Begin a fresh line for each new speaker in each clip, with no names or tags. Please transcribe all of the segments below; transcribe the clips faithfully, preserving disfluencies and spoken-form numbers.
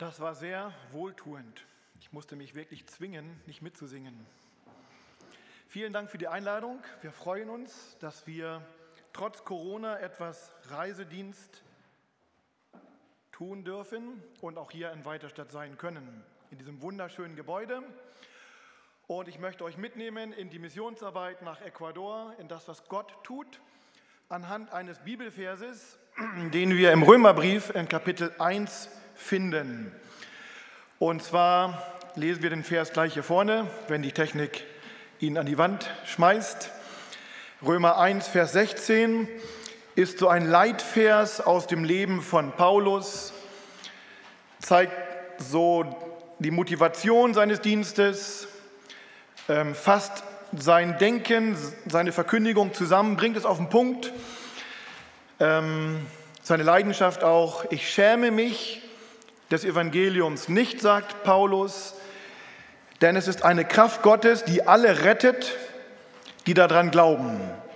Das war sehr wohltuend. Ich musste mich wirklich zwingen, nicht mitzusingen. Vielen Dank für die Einladung. Wir freuen uns, dass wir trotz Corona etwas Reisedienst tun dürfen und auch hier in Weiterstadt sein können, in diesem wunderschönen Gebäude. Und ich möchte euch mitnehmen in die Missionsarbeit nach Ecuador, in das, was Gott tut, anhand eines Bibelverses, den wir im Römerbrief in Kapitel eins finden. Und zwar lesen wir den Vers gleich hier vorne, wenn die Technik ihn an die Wand schmeißt. Römer eins, Vers sechzehn ist so ein Leitvers aus dem Leben von Paulus, zeigt so die Motivation seines Dienstes, ähm, fasst sein Denken, seine Verkündigung zusammen, bringt es auf den Punkt, ähm, seine Leidenschaft auch. Ich schäme mich des Evangeliums nicht, sagt Paulus, denn es ist eine Kraft Gottes, die alle rettet, die daran glauben,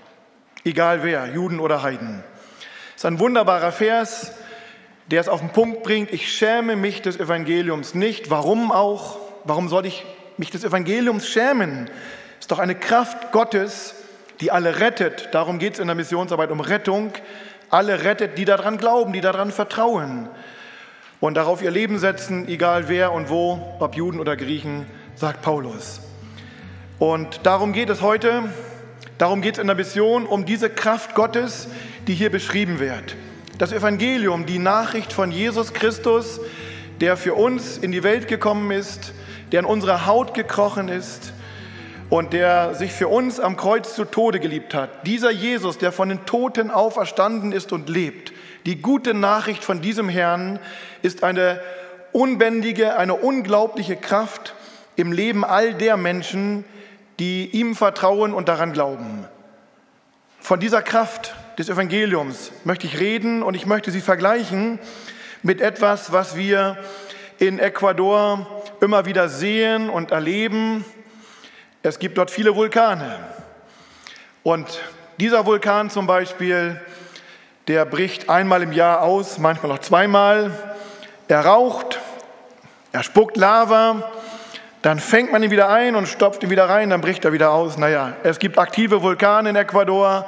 egal wer, Juden oder Heiden. Es ist ein wunderbarer Vers, der es auf den Punkt bringt. Ich schäme mich des Evangeliums nicht. Warum auch? Warum soll ich mich des Evangeliums schämen? Es ist doch eine Kraft Gottes, die alle rettet. Darum geht es in der Missionsarbeit, um Rettung. Alle rettet, die daran glauben, die daran vertrauen und darauf ihr Leben setzen, egal wer und wo, ob Juden oder Griechen, sagt Paulus. Und darum geht es heute, darum geht es in der Mission, um diese Kraft Gottes, die hier beschrieben wird. Das Evangelium, die Nachricht von Jesus Christus, der für uns in die Welt gekommen ist, der in unsere Haut gekrochen ist und der sich für uns am Kreuz zu Tode geliebt hat. Dieser Jesus, der von den Toten auferstanden ist und lebt. Die gute Nachricht von diesem Herrn ist eine unbändige, eine unglaubliche Kraft im Leben all der Menschen, die ihm vertrauen und daran glauben. Von dieser Kraft des Evangeliums möchte ich reden und ich möchte sie vergleichen mit etwas, was wir in Ecuador immer wieder sehen und erleben. Es gibt dort viele Vulkane und dieser Vulkan zum Beispiel, der bricht einmal im Jahr aus, manchmal auch zweimal. Er raucht, er spuckt Lava, dann fängt man ihn wieder ein und stopft ihn wieder rein, dann bricht er wieder aus. Naja, es gibt aktive Vulkane in Ecuador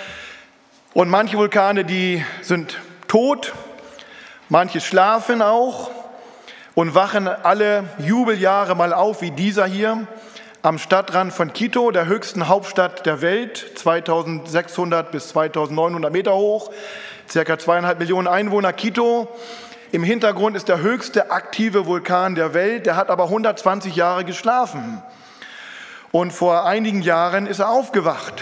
und manche Vulkane, die sind tot, manche schlafen auch und wachen alle Jubeljahre mal auf, wie dieser hier am Stadtrand von Quito, der höchsten Hauptstadt der Welt, zweitausendsechshundert bis zweitausendneunhundert Meter hoch, circa zweieinhalb Millionen Einwohner, Quito. Im Hintergrund ist der höchste aktive Vulkan der Welt, der hat aber hundertzwanzig Jahre geschlafen. Und vor einigen Jahren ist er aufgewacht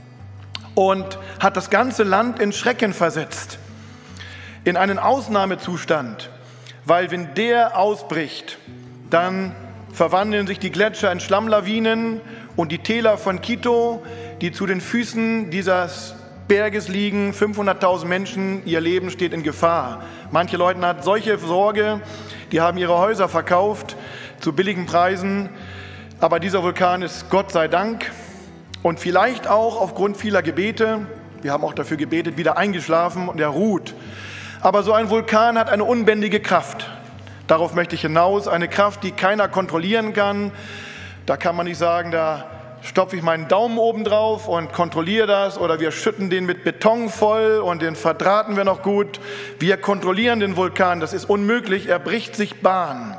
und hat das ganze Land in Schrecken versetzt, in einen Ausnahmezustand, weil wenn der ausbricht, dann verwandeln sich die Gletscher in Schlammlawinen und die Täler von Quito, die zu den Füßen dieses Berges liegen, fünfhunderttausend Menschen, ihr Leben steht in Gefahr. Manche Leute hatten solche Sorge, die haben ihre Häuser verkauft zu billigen Preisen, aber dieser Vulkan ist Gott sei Dank und vielleicht auch aufgrund vieler Gebete, wir haben auch dafür gebetet, wieder eingeschlafen und er ruht. Aber so ein Vulkan hat eine unbändige Kraft. Darauf möchte ich hinaus, eine Kraft, die keiner kontrollieren kann. Da kann man nicht sagen, da stopfe ich meinen Daumen oben drauf und kontrolliere das oder wir schütten den mit Beton voll und den verdrahten wir noch gut. Wir kontrollieren den Vulkan, das ist unmöglich, er bricht sich Bahn.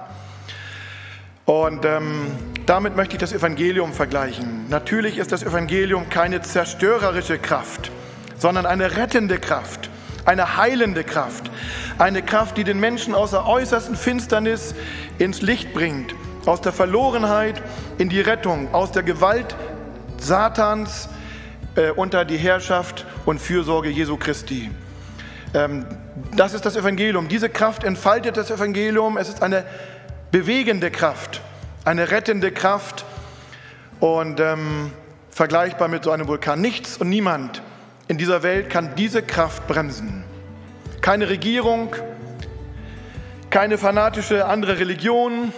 Und ähm, damit möchte ich das Evangelium vergleichen. Natürlich ist das Evangelium keine zerstörerische Kraft, sondern eine rettende Kraft. Eine heilende Kraft, eine Kraft, die den Menschen aus der äußersten Finsternis ins Licht bringt, aus der Verlorenheit in die Rettung, aus der Gewalt Satans äh, unter die Herrschaft und Fürsorge Jesu Christi. Ähm, das ist das Evangelium. Diese Kraft entfaltet das Evangelium. Es ist eine bewegende Kraft, eine rettende Kraft und ähm, vergleichbar mit so einem Vulkan. Nichts und niemand in dieser Welt kann diese Kraft bremsen. Keine Regierung, keine fanatische andere Religion,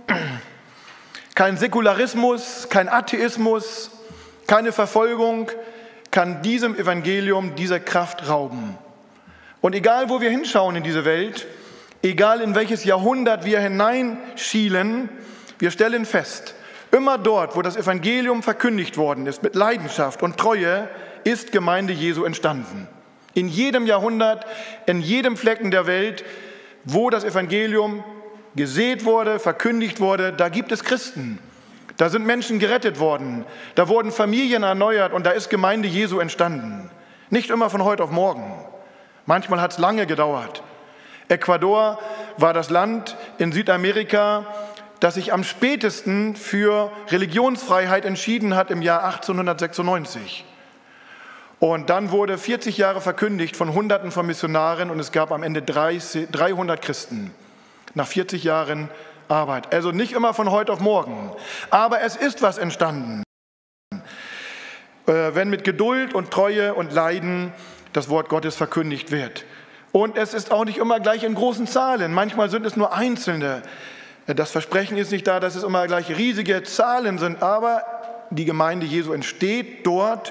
kein Säkularismus, kein Atheismus, keine Verfolgung kann diesem Evangelium diese Kraft rauben. Und egal, wo wir hinschauen in diese Welt, Egal in welches Jahrhundert wir hineinschielen, wir stellen fest, immer dort, wo das Evangelium verkündigt worden ist, mit Leidenschaft und Treue, ist Gemeinde Jesu entstanden. In jedem Jahrhundert, in jedem Flecken der Welt, wo das Evangelium gesät wurde, verkündigt wurde, da gibt es Christen. Da sind Menschen gerettet worden, da wurden Familien erneuert und da ist Gemeinde Jesu entstanden. Nicht immer von heute auf morgen. Manchmal hat es lange gedauert. Ecuador war das Land in Südamerika, das sich am spätesten für Religionsfreiheit entschieden hat im Jahr achtzehnhundertsechsundneunzig. Und dann wurde vierzig Jahre verkündigt von Hunderten von Missionaren und es gab am Ende dreihundert Christen nach vierzig Jahren Arbeit. Also nicht immer von heute auf morgen. Aber es ist was entstanden, wenn mit Geduld und Treue und Leiden das Wort Gottes verkündigt wird. Und es ist auch nicht immer gleich in großen Zahlen. Manchmal sind es nur Einzelne. Das Versprechen ist nicht da, dass es immer gleich riesige Zahlen sind. Aber die Gemeinde Jesu entsteht dort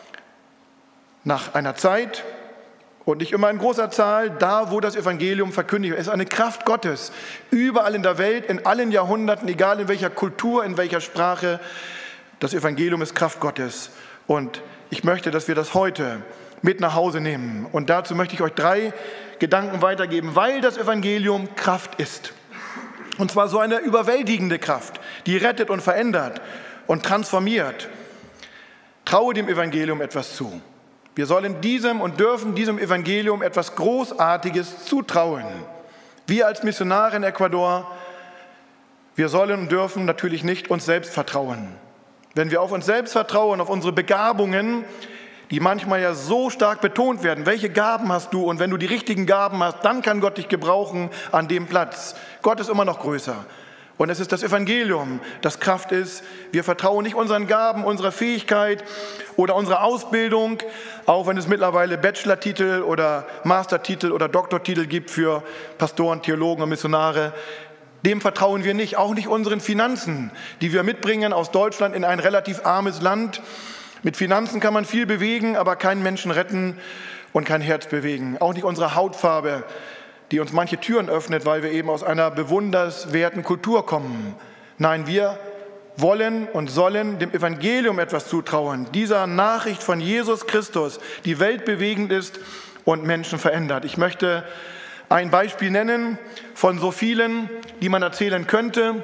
nach einer Zeit und nicht immer in großer Zahl, da wo das Evangelium verkündigt wird. Es ist eine Kraft Gottes, überall in der Welt, in allen Jahrhunderten, egal in welcher Kultur, in welcher Sprache. Das Evangelium ist Kraft Gottes. Und ich möchte, dass wir das heute mit nach Hause nehmen. Und dazu möchte ich euch drei Gedanken weitergeben, weil das Evangelium Kraft ist. Und zwar so eine überwältigende Kraft, die rettet und verändert und transformiert. Traue dem Evangelium etwas zu. Wir sollen diesem und dürfen diesem Evangelium etwas Großartiges zutrauen. Wir als Missionare in Ecuador, wir sollen und dürfen natürlich nicht uns selbst vertrauen. Wenn wir auf uns selbst vertrauen, auf unsere Begabungen, die manchmal ja so stark betont werden, welche Gaben hast du? Und wenn du die richtigen Gaben hast, dann kann Gott dich gebrauchen an dem Platz. Gott ist immer noch größer. Und es ist das Evangelium, das Kraft ist. Wir vertrauen nicht unseren Gaben, unserer Fähigkeit oder unserer Ausbildung, auch wenn es mittlerweile Bachelor-Titel oder Master-Titel oder Doktortitel gibt für Pastoren, Theologen und Missionare. Dem vertrauen wir nicht, auch nicht unseren Finanzen, die wir mitbringen aus Deutschland in ein relativ armes Land. Mit Finanzen kann man viel bewegen, aber keinen Menschen retten und kein Herz bewegen. Auch nicht unsere Hautfarbe, die uns manche Türen öffnet, weil wir eben aus einer bewundernswerten Kultur kommen. Nein, wir wollen und sollen dem Evangelium etwas zutrauen, dieser Nachricht von Jesus Christus, die weltbewegend ist und Menschen verändert. Ich möchte ein Beispiel nennen von so vielen, die man erzählen könnte.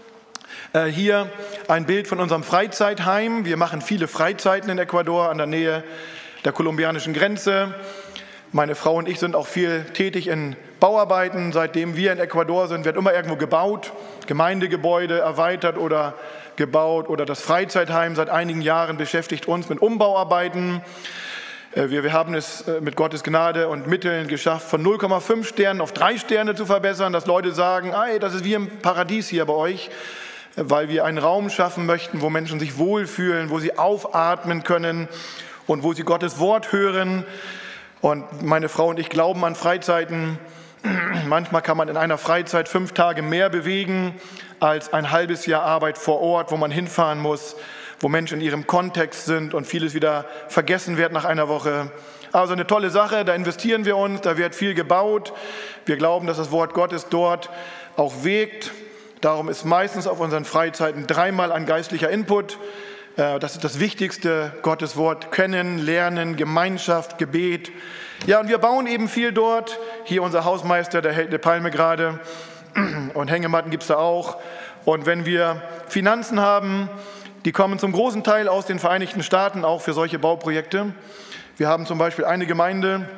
Hier ein Bild von unserem Freizeitheim. Wir machen viele Freizeiten in Ecuador an der Nähe der kolumbianischen Grenze. Meine Frau und ich sind auch viel tätig in Bauarbeiten. Seitdem wir in Ecuador sind, wird immer irgendwo gebaut, Gemeindegebäude erweitert oder gebaut oder das Freizeitheim seit einigen Jahren beschäftigt uns mit Umbauarbeiten. Wir, wir haben es mit Gottes Gnade und Mitteln geschafft, von null Komma fünf Sternen auf drei Sterne zu verbessern, dass Leute sagen, ey, das ist wie im Paradies hier bei euch, weil wir einen Raum schaffen möchten, wo Menschen sich wohlfühlen, wo sie aufatmen können und wo sie Gottes Wort hören. Und meine Frau und ich glauben an Freizeiten. Manchmal kann man in einer Freizeit fünf Tage mehr bewegen als ein halbes Jahr Arbeit vor Ort, wo man hinfahren muss, wo Menschen in ihrem Kontext sind und vieles wieder vergessen wird nach einer Woche. Also eine tolle Sache, da investieren wir uns, da wird viel gebaut. Wir glauben, dass das Wort Gottes dort auch wirkt. Darum ist meistens auf unseren Freizeiten dreimal ein geistlicher Input. Das ist das Wichtigste, Gottes Wort kennen, lernen, Gemeinschaft, Gebet. Ja, und wir bauen eben viel dort. Hier unser Hausmeister, der hält eine Palme gerade. Und Hängematten gibt es da auch. Und wenn wir Finanzen haben, die kommen zum großen Teil aus den Vereinigten Staaten, auch für solche Bauprojekte. Wir haben zum Beispiel eine Gemeinde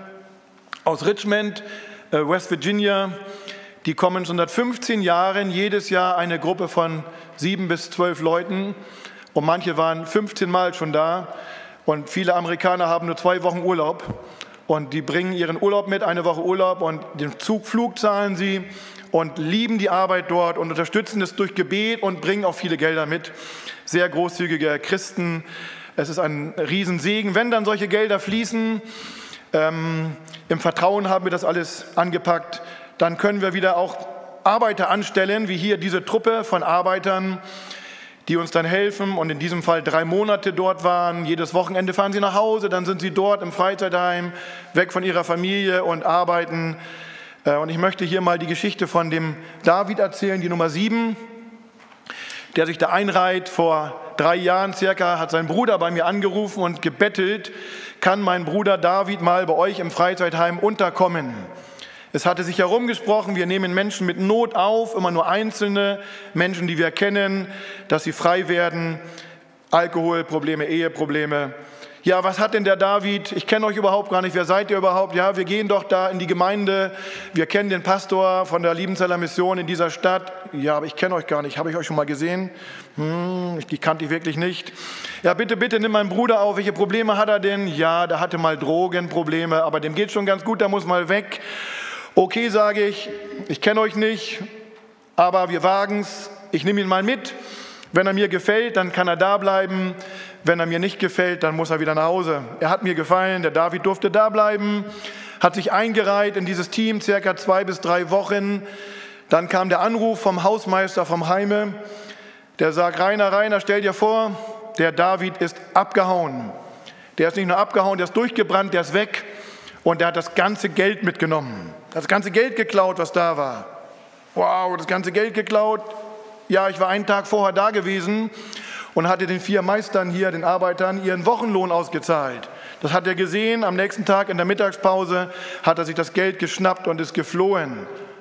aus Richmond, West Virginia. Die kommen schon seit fünfzehn Jahren jedes Jahr eine Gruppe von sieben bis zwölf Leuten. Und manche waren fünfzehn Mal schon da. Und viele Amerikaner haben nur zwei Wochen Urlaub. Und die bringen ihren Urlaub mit, eine Woche Urlaub. Und den Zugflug zahlen sie und lieben die Arbeit dort und unterstützen es durch Gebet und bringen auch viele Gelder mit. Sehr großzügige Christen. Es ist ein Riesensegen, wenn dann solche Gelder fließen. Ähm, Im Vertrauen haben wir das alles angepackt. Dann können wir wieder auch Arbeiter anstellen, wie hier diese Truppe von Arbeitern, die uns dann helfen und in diesem Fall drei Monate dort waren. Jedes Wochenende fahren sie nach Hause, dann sind sie dort im Freizeitheim, weg von ihrer Familie und arbeiten Und ich möchte hier mal die Geschichte von dem David erzählen, die Nummer sieben, der sich da einreiht. Vor drei Jahren circa hat sein Bruder bei mir angerufen und gebettelt, kann mein Bruder David mal bei euch im Freizeitheim unterkommen? Es hatte sich herumgesprochen, wir nehmen Menschen mit Not auf, immer nur einzelne Menschen, die wir kennen, dass sie frei werden, Alkoholprobleme, Eheprobleme. Ja, was hat denn der David? Ich kenne euch überhaupt gar nicht. Wer seid ihr überhaupt? Ja, wir gehen doch da in die Gemeinde. Wir kennen den Pastor von der Liebenzeller Mission in dieser Stadt. Ja, aber ich kenne euch gar nicht. Habe ich euch schon mal gesehen? Hm, die kannte ich wirklich nicht. Ja, bitte, bitte, nimm meinen Bruder auf. Welche Probleme hat er denn? Ja, der hatte mal Drogenprobleme, aber dem geht schon ganz gut, der muss mal weg. Okay, sage ich, ich kenne euch nicht, aber wir wagen es. Ich nehme ihn mal mit. Wenn er mir gefällt, dann kann er da bleiben. Wenn er mir nicht gefällt, dann muss er wieder nach Hause. Er hat mir gefallen, der David durfte da bleiben, hat sich eingereiht in dieses Team, circa zwei bis drei Wochen. Dann kam der Anruf vom Hausmeister vom Heime, der sagt, Rainer, Rainer, stell dir vor, der David ist abgehauen. Der ist nicht nur abgehauen, der ist durchgebrannt, der ist weg und der hat das ganze Geld mitgenommen. Das ganze Geld geklaut, was da war. Wow, das ganze Geld geklaut. Ja, ich war einen Tag vorher da gewesen und hatte den vier Meistern hier, den Arbeitern, ihren Wochenlohn ausgezahlt. Das hat er gesehen. Am nächsten Tag in der Mittagspause hat er sich das Geld geschnappt und ist geflohen.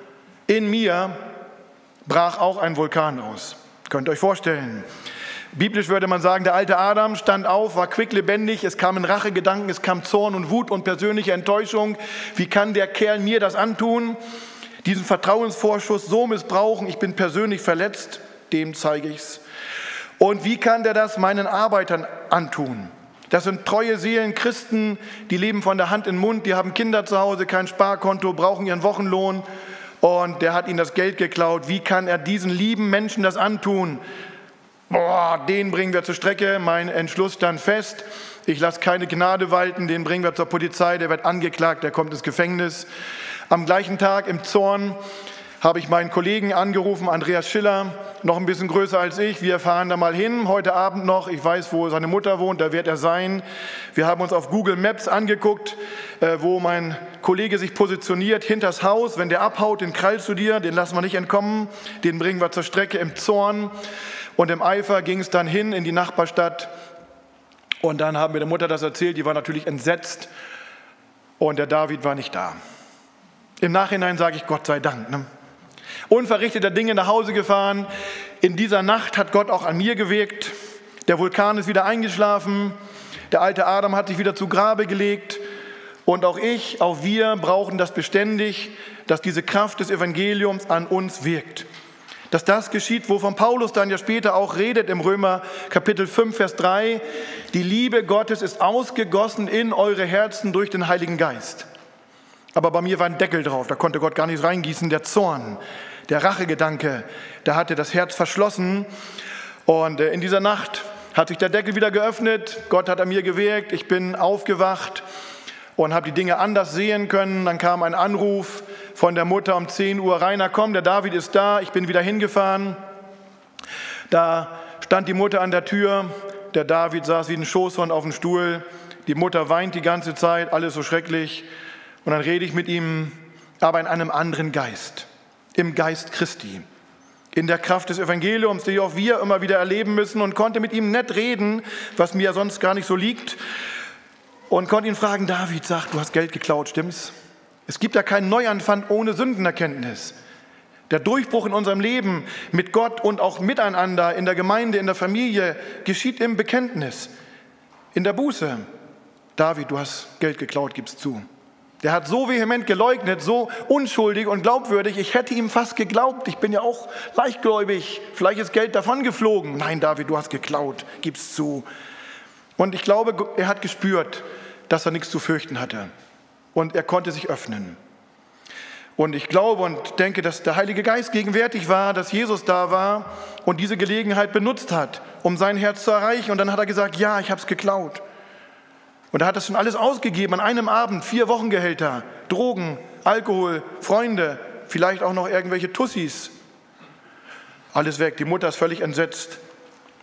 In mir brach auch ein Vulkan aus. Könnt ihr euch vorstellen. Biblisch würde man sagen, der alte Adam stand auf, war quicklebendig, es kamen Rachegedanken, es kam Zorn und Wut und persönliche Enttäuschung. Wie kann der Kerl mir das antun? Diesen Vertrauensvorschuss so missbrauchen, ich bin persönlich verletzt, dem zeige ich's. Und wie kann der das meinen Arbeitern antun? Das sind treue Seelen, Christen, die leben von der Hand in den Mund, die haben Kinder zu Hause, kein Sparkonto, brauchen ihren Wochenlohn und der hat ihnen das Geld geklaut. Wie kann er diesen lieben Menschen das antun? Boah, den bringen wir zur Strecke, mein Entschluss stand fest. Ich lasse keine Gnade walten, den bringen wir zur Polizei, der wird angeklagt, der kommt ins Gefängnis. Am gleichen Tag im Zorn habe ich meinen Kollegen angerufen, Andreas Schiller, noch ein bisschen größer als ich. Wir fahren da mal hin, heute Abend noch. Ich weiß, wo seine Mutter wohnt, da wird er sein. Wir haben uns auf Google Maps angeguckt, wo mein Kollege sich positioniert, hinters Haus. Wenn der abhaut, den krallst du dir, den lassen wir nicht entkommen. Den bringen wir zur Strecke im Zorn. Und im Eifer ging es dann hin in die Nachbarstadt. Und dann haben wir der Mutter das erzählt, die war natürlich entsetzt. Und der David war nicht da. Im Nachhinein sage ich, Gott sei Dank. Ne? Unverrichteter Dinge nach Hause gefahren. In dieser Nacht hat Gott auch an mir gewirkt. Der Vulkan ist wieder eingeschlafen. Der alte Adam hat sich wieder zu Grabe gelegt. Und auch ich, auch wir brauchen das beständig, dass diese Kraft des Evangeliums an uns wirkt. Dass das geschieht, wovon Paulus dann ja später auch redet im Römer Kapitel fünf, Vers drei. Die Liebe Gottes ist ausgegossen in eure Herzen durch den Heiligen Geist. Aber bei mir war ein Deckel drauf, da konnte Gott gar nichts reingießen. Der Zorn, der Rachegedanke, da hatte das Herz verschlossen. Und in dieser Nacht hat sich der Deckel wieder geöffnet. Gott hat an mir gewirkt. Ich bin aufgewacht und habe die Dinge anders sehen können. Dann kam ein Anruf von der Mutter um zehn Uhr. Rainer, komm, der David ist da. Ich bin wieder hingefahren. Da stand die Mutter an der Tür. Der David saß wie ein Schoßhund auf dem Stuhl. Die Mutter weint die ganze Zeit, alles so schrecklich. Und dann rede ich mit ihm, aber in einem anderen Geist, im Geist Christi, in der Kraft des Evangeliums, die auch wir immer wieder erleben müssen, und konnte mit ihm nett reden, was mir ja sonst gar nicht so liegt, und konnte ihn fragen, David, sag, du hast Geld geklaut, stimmt's? Es gibt ja keinen Neuanfang ohne Sündenerkenntnis. Der Durchbruch in unserem Leben mit Gott und auch miteinander in der Gemeinde, in der Familie geschieht im Bekenntnis, in der Buße. David, du hast Geld geklaut, gib's zu. Der hat so vehement geleugnet, so unschuldig und glaubwürdig, ich hätte ihm fast geglaubt. Ich bin ja auch leichtgläubig, vielleicht ist Geld davon geflogen. Nein, David, du hast geklaut, gib's zu. Und ich glaube, er hat gespürt, dass er nichts zu fürchten hatte. Und er konnte sich öffnen. Und ich glaube und denke, dass der Heilige Geist gegenwärtig war, dass Jesus da war und diese Gelegenheit benutzt hat, um sein Herz zu erreichen. Und dann hat er gesagt, ja, ich habe es geklaut. Und er hat das schon alles ausgegeben an einem Abend, vier Wochengehälter, Drogen, Alkohol, Freunde, vielleicht auch noch irgendwelche Tussis. Alles weg, die Mutter ist völlig entsetzt.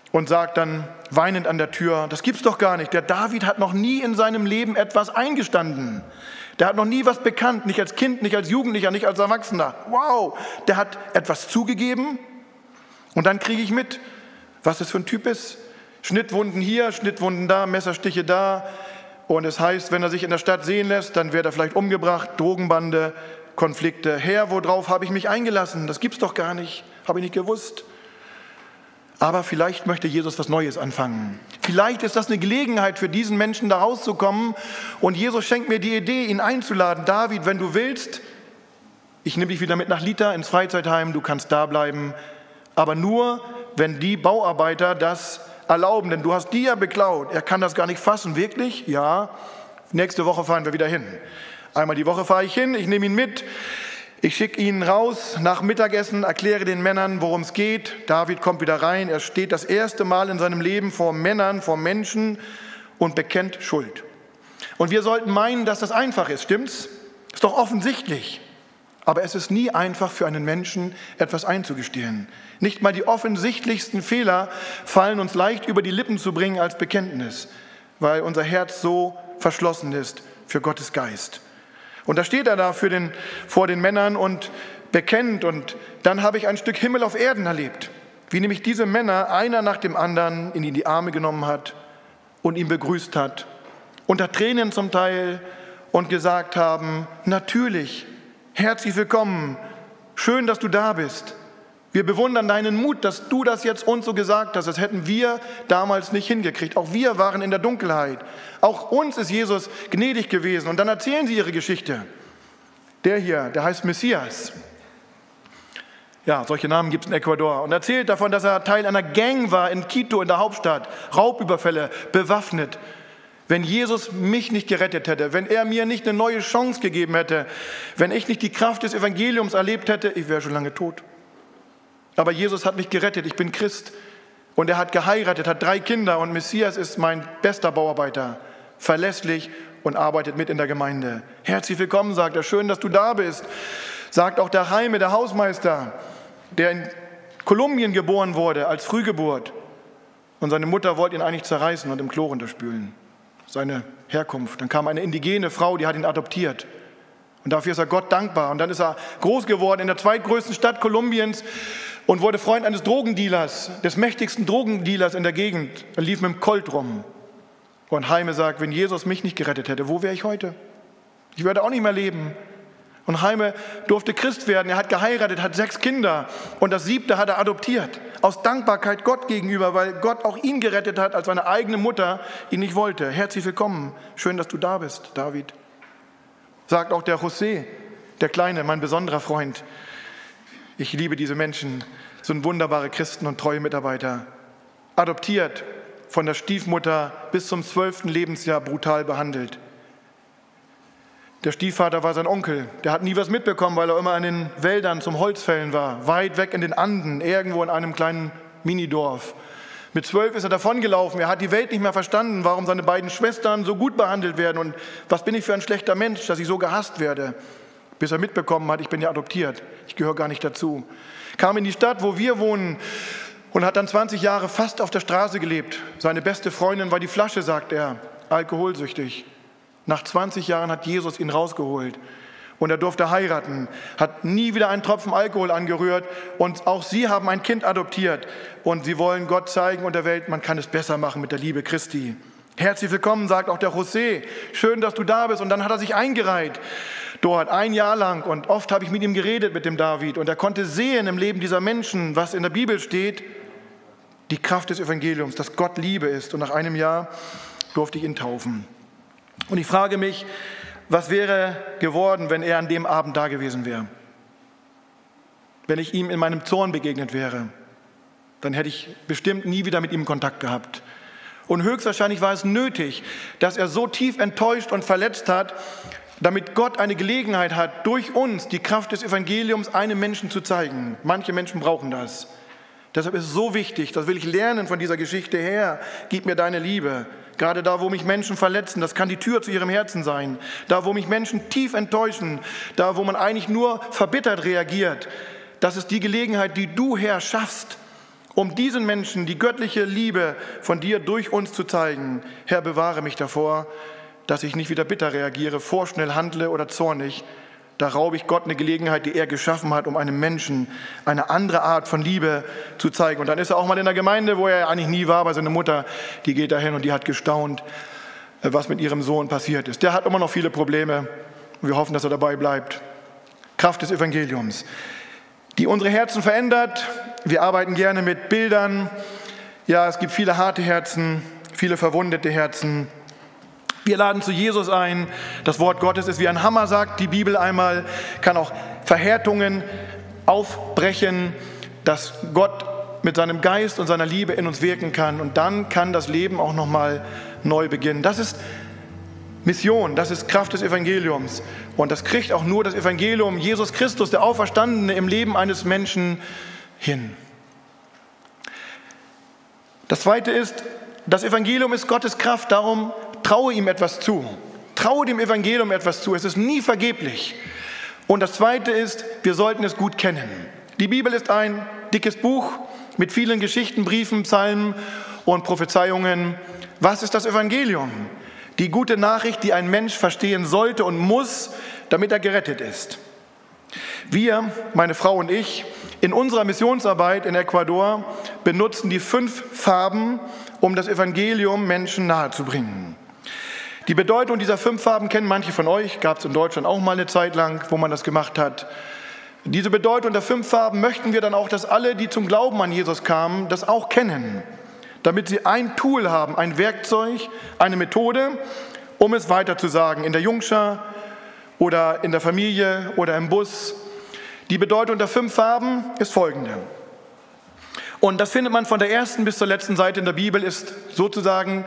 und sagt dann weinend an der Tür, das gibt's doch gar nicht. Der David hat noch nie in seinem Leben etwas eingestanden. Der hat noch nie was bekannt, nicht als Kind, nicht als Jugendlicher, nicht als Erwachsener. Wow, der hat etwas zugegeben und dann kriege ich mit, was das für ein Typ ist. Schnittwunden hier, Schnittwunden da, Messerstiche da. Und es heißt, wenn er sich in der Stadt sehen lässt, dann wird er vielleicht umgebracht, Drogenbande, Konflikte. Herr, worauf habe ich mich eingelassen? Das gibt's doch gar nicht, habe ich nicht gewusst. Aber vielleicht möchte Jesus was Neues anfangen. Vielleicht ist das eine Gelegenheit für diesen Menschen, da rauszukommen. Und Jesus schenkt mir die Idee, ihn einzuladen. David, wenn du willst, ich nehme dich wieder mit nach Lita ins Freizeitheim, du kannst da bleiben. Aber nur, wenn die Bauarbeiter das erlauben. Denn du hast die ja beklaut. Er kann das gar nicht fassen. Wirklich? Ja. Nächste Woche fahren wir wieder hin. Einmal die Woche fahre ich hin, ich nehme ihn mit. Ich schicke ihn raus nach Mittagessen, erkläre den Männern, worum es geht. David kommt wieder rein. Er steht das erste Mal in seinem Leben vor Männern, vor Menschen und bekennt Schuld. Und wir sollten meinen, dass das einfach ist, stimmt's? Ist doch offensichtlich. Aber es ist nie einfach für einen Menschen, etwas einzugestehen. Nicht mal die offensichtlichsten Fehler fallen uns leicht über die Lippen zu bringen als Bekenntnis, weil unser Herz so verschlossen ist für Gottes Geist. Und da steht er da für den, vor den Männern und bekennt. Und dann habe ich ein Stück Himmel auf Erden erlebt, wie nämlich diese Männer einer nach dem anderen in ihn die Arme genommen hat und ihn begrüßt hat, unter Tränen zum Teil, und gesagt haben, natürlich, herzlich willkommen, schön, dass du da bist. Wir bewundern deinen Mut, dass du das jetzt uns so gesagt hast. Das hätten wir damals nicht hingekriegt. Auch wir waren in der Dunkelheit. Auch uns ist Jesus gnädig gewesen. Und dann erzählen sie ihre Geschichte. Der hier, der heißt Messias. Ja, solche Namen gibt es in Ecuador. Und erzählt davon, dass er Teil einer Gang war in Quito, in der Hauptstadt. Raubüberfälle, bewaffnet. Wenn Jesus mich nicht gerettet hätte, wenn er mir nicht eine neue Chance gegeben hätte, wenn ich nicht die Kraft des Evangeliums erlebt hätte, ich wäre schon lange tot. Aber Jesus hat mich gerettet, ich bin Christ. Und er hat geheiratet, hat drei Kinder und Messias ist mein bester Bauarbeiter, verlässlich und arbeitet mit in der Gemeinde. Herzlich willkommen, sagt er, schön, dass du da bist. Sagt auch der Jaime, der Hausmeister, der in Kolumbien geboren wurde, als Frühgeburt. Und seine Mutter wollte ihn eigentlich zerreißen und im Klo runterspülen. Seine Herkunft. Dann kam eine indigene Frau, die hat ihn adoptiert. Und dafür ist er Gott dankbar. Und dann ist er groß geworden in der zweitgrößten Stadt Kolumbiens und wurde Freund eines Drogendealers, des mächtigsten Drogendealers in der Gegend. Er lief mit dem Colt rum. Und Jaime sagt, wenn Jesus mich nicht gerettet hätte, wo wäre ich heute? Ich würde auch nicht mehr leben. Und Jaime durfte Christ werden. Er hat geheiratet, hat sechs Kinder. Und das siebte hat er adoptiert. Aus Dankbarkeit Gott gegenüber, weil Gott auch ihn gerettet hat, als seine eigene Mutter ihn nicht wollte. Herzlich willkommen. Schön, dass du da bist, David. Sagt auch der José, der Kleine, mein besonderer Freund. Ich liebe diese Menschen, sind wunderbare Christen und treue Mitarbeiter. Adoptiert, von der Stiefmutter bis zum zwölften Lebensjahr brutal behandelt. Der Stiefvater war sein Onkel, der hat nie was mitbekommen, weil er immer in den Wäldern zum Holzfällen war, weit weg in den Anden, irgendwo in einem kleinen Minidorf. Mit zwölf ist er davongelaufen, er hat die Welt nicht mehr verstanden, warum seine beiden Schwestern so gut behandelt werden und was bin ich für ein schlechter Mensch, dass ich so gehasst werde. Bis er mitbekommen hat, ich bin ja adoptiert, ich gehöre gar nicht dazu. Kam in die Stadt, wo wir wohnen und hat dann zwanzig Jahre fast auf der Straße gelebt. Seine beste Freundin war die Flasche, sagt er, alkoholsüchtig. Nach zwanzig Jahren hat Jesus ihn rausgeholt und er durfte heiraten, hat nie wieder einen Tropfen Alkohol angerührt und auch sie haben ein Kind adoptiert und sie wollen Gott zeigen und der Welt, man kann es besser machen mit der Liebe Christi. Herzlich willkommen, sagt auch der José, schön, dass du da bist. Und dann hat er sich eingereiht dort ein Jahr lang und oft habe ich mit ihm geredet, mit dem David und er konnte sehen im Leben dieser Menschen, was in der Bibel steht, die Kraft des Evangeliums, dass Gott Liebe ist und nach einem Jahr durfte ich ihn taufen. Und ich frage mich, was wäre geworden, wenn er an dem Abend da gewesen wäre? Wenn ich ihm in meinem Zorn begegnet wäre, dann hätte ich bestimmt nie wieder mit ihm Kontakt gehabt. Und höchstwahrscheinlich war es nötig, dass er so tief enttäuscht und verletzt hat, damit Gott eine Gelegenheit hat, durch uns die Kraft des Evangeliums einem Menschen zu zeigen. Manche Menschen brauchen das. Deshalb ist es so wichtig, das will ich lernen von dieser Geschichte her, gib mir deine Liebe. Gerade da, wo mich Menschen verletzen, das kann die Tür zu ihrem Herzen sein. Da, wo mich Menschen tief enttäuschen, da, wo man eigentlich nur verbittert reagiert, das ist die Gelegenheit, die du, Herr, schaffst, um diesen Menschen die göttliche Liebe von dir durch uns zu zeigen. Herr, bewahre mich davor, dass ich nicht wieder bitter reagiere, vorschnell handle oder zornig. Da raube ich Gott eine Gelegenheit, die er geschaffen hat, um einem Menschen eine andere Art von Liebe zu zeigen. Und dann ist er auch mal in der Gemeinde, wo er eigentlich nie war, aber seine Mutter, die geht dahin und die hat gestaunt, was mit ihrem Sohn passiert ist. Der hat immer noch viele Probleme und wir hoffen, dass er dabei bleibt. Kraft des Evangeliums, die unsere Herzen verändert. Wir arbeiten gerne mit Bildern. Ja, es gibt viele harte Herzen, viele verwundete Herzen. Wir laden zu Jesus ein. Das Wort Gottes ist wie ein Hammer, sagt die Bibel einmal, kann auch Verhärtungen aufbrechen, dass Gott mit seinem Geist und seiner Liebe in uns wirken kann. Und dann kann das Leben auch nochmal neu beginnen. Das ist Mission, das ist Kraft des Evangeliums. Und das kriegt auch nur das Evangelium, Jesus Christus, der Auferstandene, im Leben eines Menschen hin. Das Zweite ist, das Evangelium ist Gottes Kraft, darum traue ihm etwas zu. Traue dem Evangelium etwas zu. Es ist nie vergeblich. Und das Zweite ist, wir sollten es gut kennen. Die Bibel ist ein dickes Buch mit vielen Geschichten, Briefen, Psalmen und Prophezeiungen. Was ist das Evangelium? Die gute Nachricht, die ein Mensch verstehen sollte und muss, damit er gerettet ist. Wir, meine Frau und ich, in unserer Missionsarbeit in Ecuador benutzen die fünf Farben, um das Evangelium Menschen nahezubringen. Die Bedeutung dieser fünf Farben kennen manche von euch, gab es in Deutschland auch mal eine Zeit lang, wo man das gemacht hat. Diese Bedeutung der fünf Farben möchten wir dann auch, dass alle, die zum Glauben an Jesus kamen, das auch kennen, damit sie ein Tool haben, ein Werkzeug, eine Methode, um es weiterzusagen, in der Jungschar oder in der Familie oder im Bus. Die Bedeutung der fünf Farben ist folgende. Und das findet man von der ersten bis zur letzten Seite in der Bibel, ist sozusagen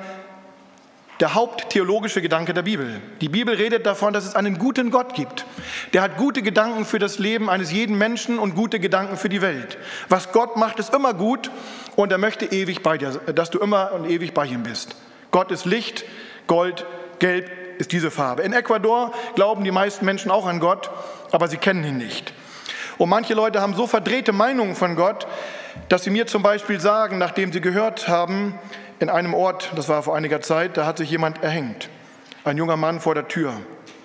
der haupttheologische Gedanke der Bibel. Die Bibel redet davon, dass es einen guten Gott gibt. Der hat gute Gedanken für das Leben eines jeden Menschen und gute Gedanken für die Welt. Was Gott macht, ist immer gut und er möchte ewig bei dir, dass du immer und ewig bei ihm bist. Gott ist Licht, Gold, Gelb ist diese Farbe. In Ecuador glauben die meisten Menschen auch an Gott, aber sie kennen ihn nicht. Und manche Leute haben so verdrehte Meinungen von Gott, dass sie mir zum Beispiel sagen, nachdem sie gehört haben, in einem Ort, das war vor einiger Zeit, da hat sich jemand erhängt. Ein junger Mann vor der Tür.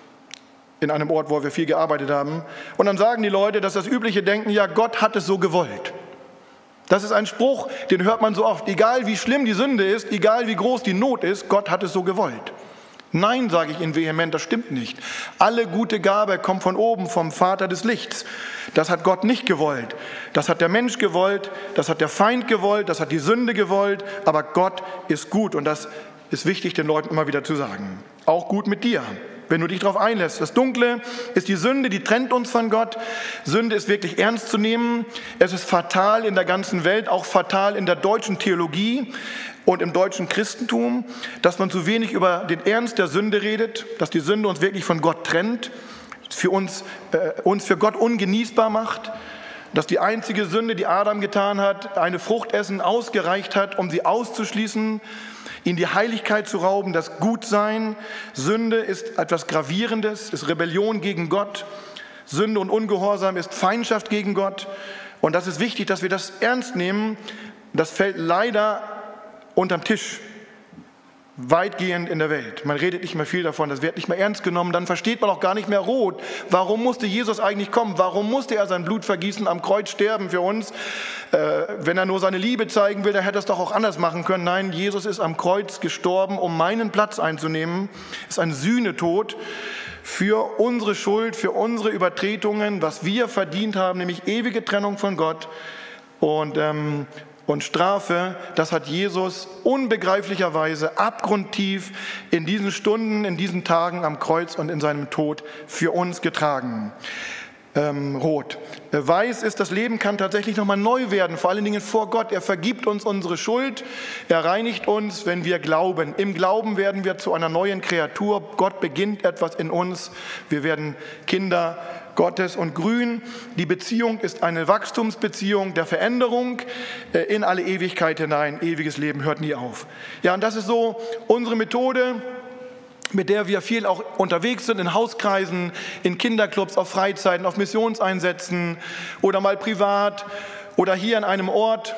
In einem Ort, wo wir viel gearbeitet haben. Und dann sagen die Leute, dass das übliche Denken, ja, Gott hat es so gewollt. Das ist ein Spruch, den hört man so oft. Egal wie schlimm die Sünde ist, egal wie groß die Not ist, Gott hat es so gewollt. Nein, sage ich Ihnen vehement, das stimmt nicht. Alle gute Gabe kommt von oben, vom Vater des Lichts. Das hat Gott nicht gewollt. Das hat der Mensch gewollt, das hat der Feind gewollt, das hat die Sünde gewollt. Aber Gott ist gut und das ist wichtig, den Leuten immer wieder zu sagen. Auch gut mit dir, wenn du dich darauf einlässt. Das Dunkle ist die Sünde, die trennt uns von Gott. Sünde ist wirklich ernst zu nehmen. Es ist fatal in der ganzen Welt, auch fatal in der deutschen Theologie und im deutschen Christentum, dass man zu wenig über den Ernst der Sünde redet, dass die Sünde uns wirklich von Gott trennt, für uns, äh, uns für Gott ungenießbar macht, dass die einzige Sünde, die Adam getan hat, eine Frucht essen, ausgereicht hat, um sie auszuschließen, ihn die Heiligkeit zu rauben, das Gutsein. Sünde ist etwas Gravierendes, ist Rebellion gegen Gott. Sünde und Ungehorsam ist Feindschaft gegen Gott. Und das ist wichtig, dass wir das ernst nehmen. Das fällt leider unterm Tisch, weitgehend in der Welt. Man redet nicht mehr viel davon, das wird nicht mehr ernst genommen, dann versteht man auch gar nicht mehr rot. Warum musste Jesus eigentlich kommen? Warum musste er sein Blut vergießen, am Kreuz sterben für uns? Äh, wenn er nur seine Liebe zeigen will, dann hätte er es doch auch anders machen können. Nein, Jesus ist am Kreuz gestorben, um meinen Platz einzunehmen. Ist ein Sühnetod für unsere Schuld, für unsere Übertretungen, was wir verdient haben, nämlich ewige Trennung von Gott. Und ähm, Und Strafe, das hat Jesus unbegreiflicherweise abgrundtief in diesen Stunden, in diesen Tagen am Kreuz und in seinem Tod für uns getragen. Ähm, rot. Weiß ist, das Leben kann tatsächlich nochmal neu werden, vor allen Dingen vor Gott. Er vergibt uns unsere Schuld, er reinigt uns, wenn wir glauben. Im Glauben werden wir zu einer neuen Kreatur. Gott beginnt etwas in uns. Wir werden Kinder Gottes und grün. Die Beziehung ist eine Wachstumsbeziehung der Veränderung in alle Ewigkeit hinein. Ewiges Leben hört nie auf. Ja, und das ist so unsere Methode, mit der wir viel auch unterwegs sind, in Hauskreisen, in Kinderclubs, auf Freizeiten, auf Missionseinsätzen oder mal privat oder hier an einem Ort.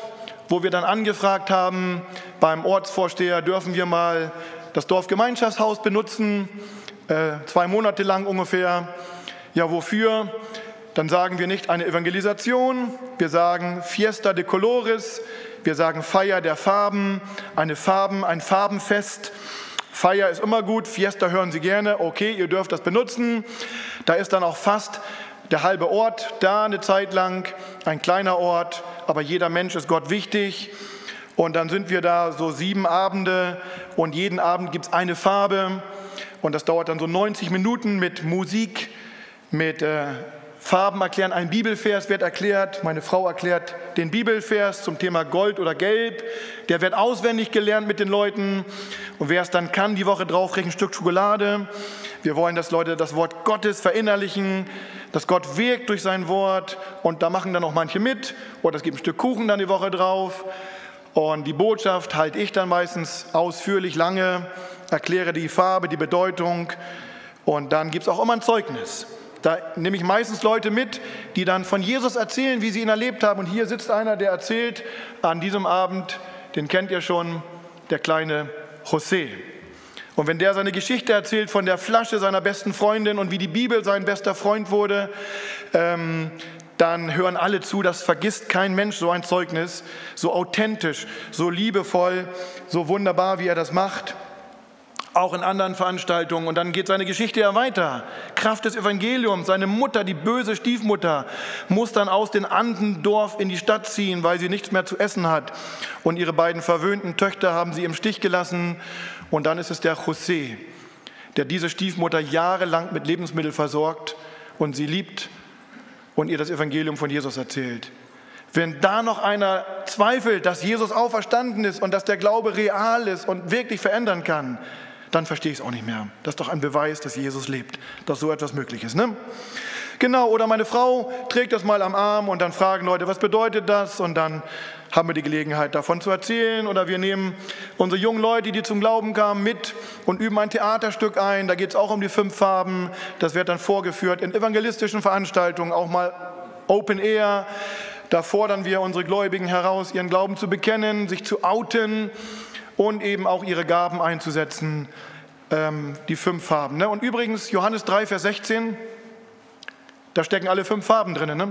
wo wir dann angefragt haben beim Ortsvorsteher, dürfen wir mal das Dorfgemeinschaftshaus benutzen, äh, zwei Monate lang ungefähr. Ja, wofür? Dann sagen wir nicht eine Evangelisation, wir sagen Fiesta de Colores, wir sagen Feier der Farben, eine Farben, ein Farbenfest. Feier ist immer gut, Fiesta hören Sie gerne, okay, ihr dürft das benutzen. Da ist dann auch fast der halbe Ort da eine Zeit lang, ein kleiner Ort, aber jeder Mensch ist Gott wichtig. Und dann sind wir da so sieben Abende und jeden Abend gibt es eine Farbe. Und das dauert dann so neunzig Minuten mit Musik, mit äh, Farben erklären. Ein Bibelvers wird erklärt. Meine Frau erklärt den Bibelvers zum Thema Gold oder Gelb. Der wird auswendig gelernt mit den Leuten. Und wer es dann kann, die Woche drauf kriegt ein Stück Schokolade. Wir wollen, dass Leute das Wort Gottes verinnerlichen, dass Gott wirkt durch sein Wort. Und da machen dann auch manche mit. Oder es gibt ein Stück Kuchen dann die Woche drauf. Und die Botschaft halte ich dann meistens ausführlich lange, erkläre die Farbe, die Bedeutung. Und dann gibt es auch immer ein Zeugnis. Da nehme ich meistens Leute mit, die dann von Jesus erzählen, wie sie ihn erlebt haben. Und hier sitzt einer, der erzählt an diesem Abend, den kennt ihr schon, der kleine José. Und wenn der seine Geschichte erzählt von der Flasche seiner besten Freundin und wie die Bibel sein bester Freund wurde, ähm, dann hören alle zu, das vergisst kein Mensch, so ein Zeugnis, so authentisch, so liebevoll, so wunderbar, wie er das macht. Auch in anderen Veranstaltungen. Und dann geht seine Geschichte ja weiter. Kraft des Evangeliums. Seine Mutter, die böse Stiefmutter, muss dann aus dem Andendorf in die Stadt ziehen, weil sie nichts mehr zu essen hat. Und ihre beiden verwöhnten Töchter haben sie im Stich gelassen. Und dann ist es der José, der diese Stiefmutter jahrelang mit Lebensmitteln versorgt und sie liebt und ihr das Evangelium von Jesus erzählt. Wenn da noch einer zweifelt, dass Jesus auferstanden ist und dass der Glaube real ist und wirklich verändern kann, dann verstehe ich es auch nicht mehr. Das ist doch ein Beweis, dass Jesus lebt, dass so etwas möglich ist. Ne? Genau, oder meine Frau trägt das mal am Arm und dann fragen Leute, was bedeutet das? Und dann haben wir die Gelegenheit, davon zu erzählen. Oder wir nehmen unsere jungen Leute, die zum Glauben kamen, mit und üben ein Theaterstück ein. Da geht es auch um die fünf Farben. Das wird dann vorgeführt in evangelistischen Veranstaltungen, auch mal Open Air. Da fordern wir unsere Gläubigen heraus, ihren Glauben zu bekennen, sich zu outen und eben auch ihre Gaben einzusetzen, ähm, die fünf Farben. Ne? Und übrigens, Johannes drei, Vers sechzehn, da stecken alle fünf Farben drin. Ne?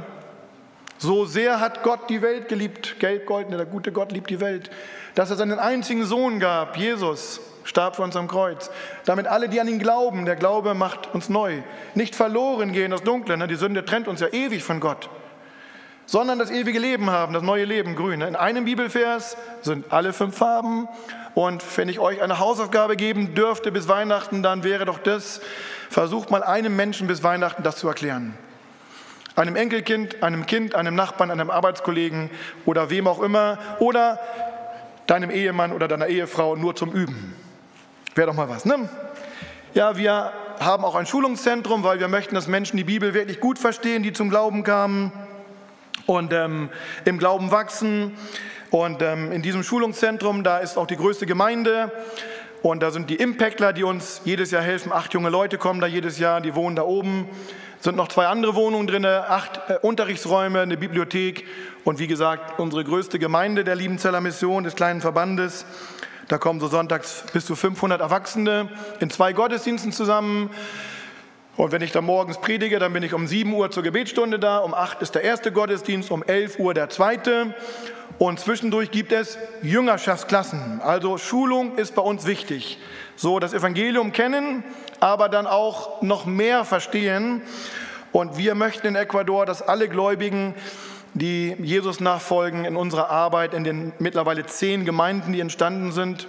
So sehr hat Gott die Welt geliebt, Gelb, Gold, ne, der gute Gott liebt die Welt, dass er seinen einzigen Sohn gab, Jesus, starb für uns am Kreuz, damit alle, die an ihn glauben, der Glaube macht uns neu, nicht verloren gehen, das Dunkle, ne? Die Sünde trennt uns ja ewig von Gott, sondern das ewige Leben haben, das neue Leben, grün. In einem Bibelvers sind alle fünf Farben. Und wenn ich euch eine Hausaufgabe geben dürfte bis Weihnachten, dann wäre doch das, versucht mal einem Menschen bis Weihnachten das zu erklären. Einem Enkelkind, einem Kind, einem Nachbarn, einem Arbeitskollegen oder wem auch immer. Oder deinem Ehemann oder deiner Ehefrau nur zum Üben. Wäre doch mal was, ne? Ja, wir haben auch ein Schulungszentrum, weil wir möchten, dass Menschen die Bibel wirklich gut verstehen, die zum Glauben kamen und ähm, im Glauben wachsen. Und ähm, in diesem Schulungszentrum, da ist auch die größte Gemeinde und da sind die Impactler, die uns jedes Jahr helfen. Acht junge Leute kommen da jedes Jahr, die wohnen da oben. Es sind noch zwei andere Wohnungen drin, acht äh, Unterrichtsräume, eine Bibliothek und wie gesagt, unsere größte Gemeinde der Liebenzeller Mission, des kleinen Verbandes. Da kommen so sonntags bis zu fünfhundert Erwachsene in zwei Gottesdiensten zusammen. Und wenn ich da morgens predige, dann bin ich um sieben Uhr zur Gebetsstunde da, um acht ist der erste Gottesdienst, um elf Uhr der zweite. Und zwischendurch gibt es Jüngerschaftsklassen. Also Schulung ist bei uns wichtig. So das Evangelium kennen, aber dann auch noch mehr verstehen. Und wir möchten in Ecuador, dass alle Gläubigen, die Jesus nachfolgen, in unserer Arbeit, in den mittlerweile zehn Gemeinden, die entstanden sind,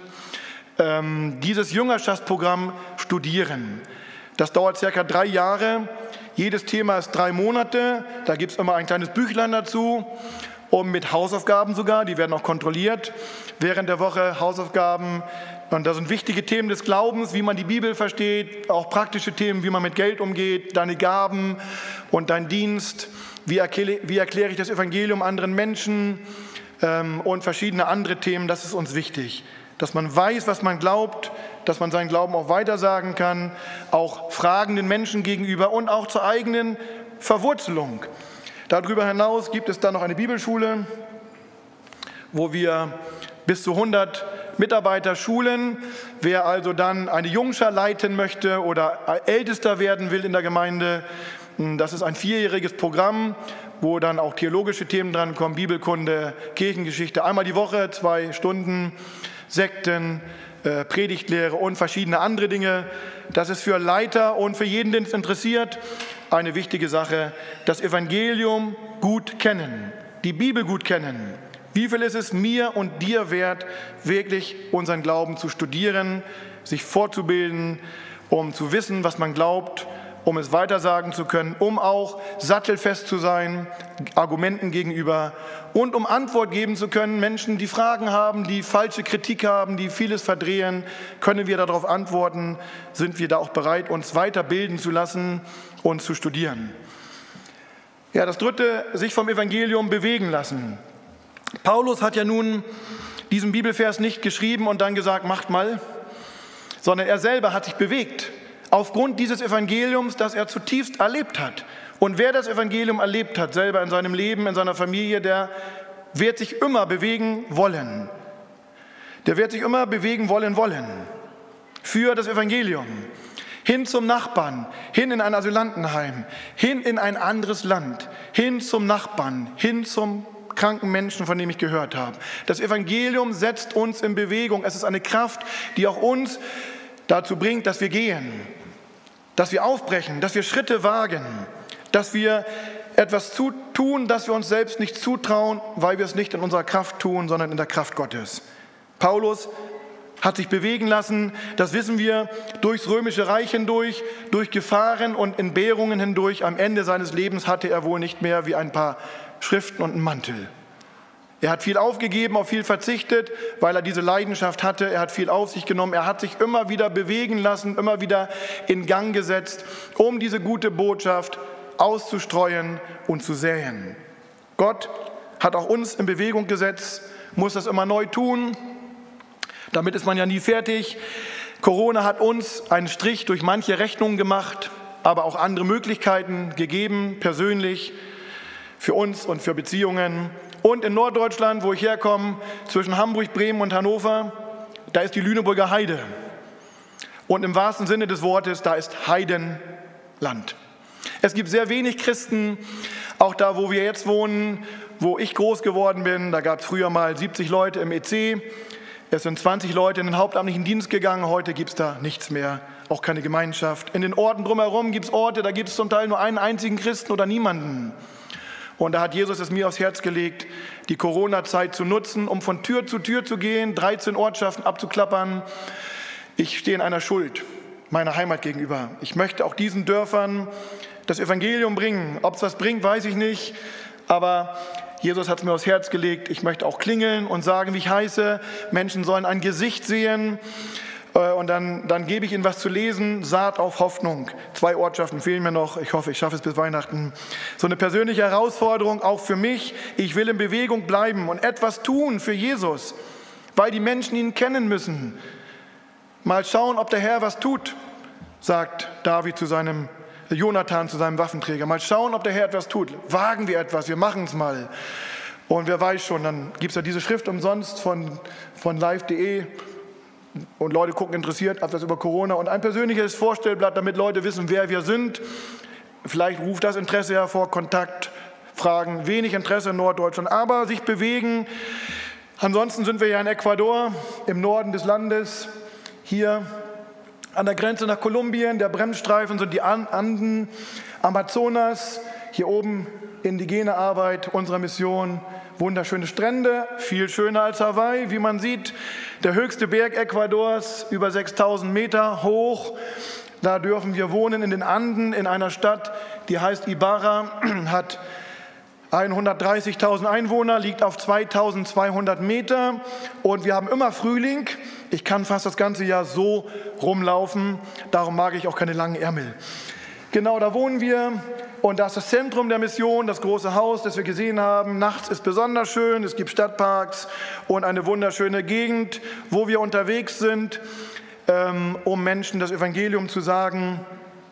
dieses Jüngerschaftsprogramm studieren. Das dauert circa drei Jahre. Jedes Thema ist drei Monate. Da gibt es immer ein kleines Büchlein dazu. Und mit Hausaufgaben sogar, die werden auch kontrolliert während der Woche, Hausaufgaben. Und da sind wichtige Themen des Glaubens, wie man die Bibel versteht, auch praktische Themen, wie man mit Geld umgeht, deine Gaben und dein Dienst, wie erkläre, wie erkläre ich das Evangelium anderen Menschen ähm, und verschiedene andere Themen. Das ist uns wichtig, dass man weiß, was man glaubt, dass man seinen Glauben auch weitersagen kann, auch fragenden Menschen gegenüber und auch zur eigenen Verwurzelung. Darüber hinaus gibt es dann noch eine Bibelschule, wo wir bis zu hundert Mitarbeiter schulen. Wer also dann eine Jungschar leiten möchte oder Ältester werden will in der Gemeinde, das ist ein vierjähriges Programm, wo dann auch theologische Themen drankommen, Bibelkunde, Kirchengeschichte, einmal die Woche, zwei Stunden, Sekten, äh, Predigtlehre und verschiedene andere Dinge. Das ist für Leiter und für jeden, den es interessiert, eine wichtige Sache. Das Evangelium gut kennen, die Bibel gut kennen. Wie viel ist es mir und dir wert, wirklich unseren Glauben zu studieren, sich vorzubilden, um zu wissen, was man glaubt, um es weitersagen zu können, um auch sattelfest zu sein, Argumenten gegenüber und um Antwort geben zu können. Menschen, die Fragen haben, die falsche Kritik haben, die vieles verdrehen, können wir darauf antworten? Sind wir da auch bereit, uns weiterbilden zu lassen und zu studieren? Ja, das Dritte, sich vom Evangelium bewegen lassen. Paulus hat ja nun diesen Bibelvers nicht geschrieben und dann gesagt, macht mal, sondern er selber hat sich bewegt. Aufgrund dieses Evangeliums, das er zutiefst erlebt hat. Und wer das Evangelium erlebt hat, selber in seinem Leben, in seiner Familie, der wird sich immer bewegen wollen. Der wird sich immer bewegen wollen wollen. Für das Evangelium. Hin zum Nachbarn, hin in ein Asylantenheim, hin in ein anderes Land, hin zum Nachbarn, hin zum kranken Menschen, von dem ich gehört habe. Das Evangelium setzt uns in Bewegung. Es ist eine Kraft, die auch uns dazu bringt, dass wir gehen, dass wir aufbrechen, dass wir Schritte wagen, dass wir etwas zu tun, das wir uns selbst nicht zutrauen, weil wir es nicht in unserer Kraft tun, sondern in der Kraft Gottes. Paulus hat sich bewegen lassen, das wissen wir, durchs römische Reich hindurch, durch Gefahren und Entbehrungen hindurch. Am Ende seines Lebens hatte er wohl nicht mehr wie ein paar Schriften und einen Mantel. Er hat viel aufgegeben, auf viel verzichtet, weil er diese Leidenschaft hatte. Er hat viel auf sich genommen. Er hat sich immer wieder bewegen lassen, immer wieder in Gang gesetzt, um diese gute Botschaft auszustreuen und zu säen. Gott hat auch uns in Bewegung gesetzt, muss das immer neu tun. Damit ist man ja nie fertig. Corona hat uns einen Strich durch manche Rechnungen gemacht, aber auch andere Möglichkeiten gegeben, persönlich, für uns und für Beziehungen. Und in Norddeutschland, wo ich herkomme, zwischen Hamburg, Bremen und Hannover, da ist die Lüneburger Heide. Und im wahrsten Sinne des Wortes, da ist Heidenland. Es gibt sehr wenig Christen, auch da, wo wir jetzt wohnen, wo ich groß geworden bin. Da gab es früher mal siebzig Leute im E C. Es sind zwanzig Leute in den hauptamtlichen Dienst gegangen. Heute gibt es da nichts mehr, auch keine Gemeinschaft. In den Orten drumherum gibt es Orte, da gibt es zum Teil nur einen einzigen Christen oder niemanden. Und da hat Jesus es mir aufs Herz gelegt, die Corona-Zeit zu nutzen, um von Tür zu Tür zu gehen, dreizehn Ortschaften abzuklappern. Ich stehe in einer Schuld meiner Heimat gegenüber. Ich möchte auch diesen Dörfern das Evangelium bringen. Ob es was bringt, weiß ich nicht, aber Jesus hat es mir aufs Herz gelegt. Ich möchte auch klingeln und sagen, wie ich heiße. Menschen sollen ein Gesicht sehen. Und dann, dann gebe ich ihnen was zu lesen, Saat auf Hoffnung. Zwei Ortschaften fehlen mir noch, ich hoffe, ich schaffe es bis Weihnachten. So eine persönliche Herausforderung auch für mich. Ich will in Bewegung bleiben und etwas tun für Jesus, weil die Menschen ihn kennen müssen. Mal schauen, ob der Herr was tut, sagt David zu seinem, Jonathan zu seinem Waffenträger. Mal schauen, ob der Herr etwas tut. Wagen wir etwas, wir machen es mal. Und wer weiß schon, dann gibt es ja diese Schrift umsonst von, von live punkt de. Und Leute gucken interessiert etwas über Corona und ein persönliches Vorstellblatt, damit Leute wissen, wer wir sind. Vielleicht ruft das Interesse hervor, Kontakt, Fragen, wenig Interesse in Norddeutschland, aber sich bewegen. Ansonsten sind wir ja in Ecuador, im Norden des Landes, hier an der Grenze nach Kolumbien. Der Bremsstreifen sind die Anden, Amazonas, hier oben indigene Arbeit unserer Mission. Wunderschöne Strände, viel schöner als Hawaii, wie man sieht. Der höchste Berg Ecuadors, über sechstausend Meter hoch. Da dürfen wir wohnen in den Anden, in einer Stadt, die heißt Ibarra, hat hundertdreißigtausend Einwohner, liegt auf zweitausendzweihundert Meter. Und wir haben immer Frühling. Ich kann fast das ganze Jahr so rumlaufen. Darum mag ich auch keine langen Ärmel. Genau, da wohnen wir. Und das ist das Zentrum der Mission, das große Haus, das wir gesehen haben. Nachts ist besonders schön, es gibt Stadtparks und eine wunderschöne Gegend, wo wir unterwegs sind, um Menschen das Evangelium zu sagen,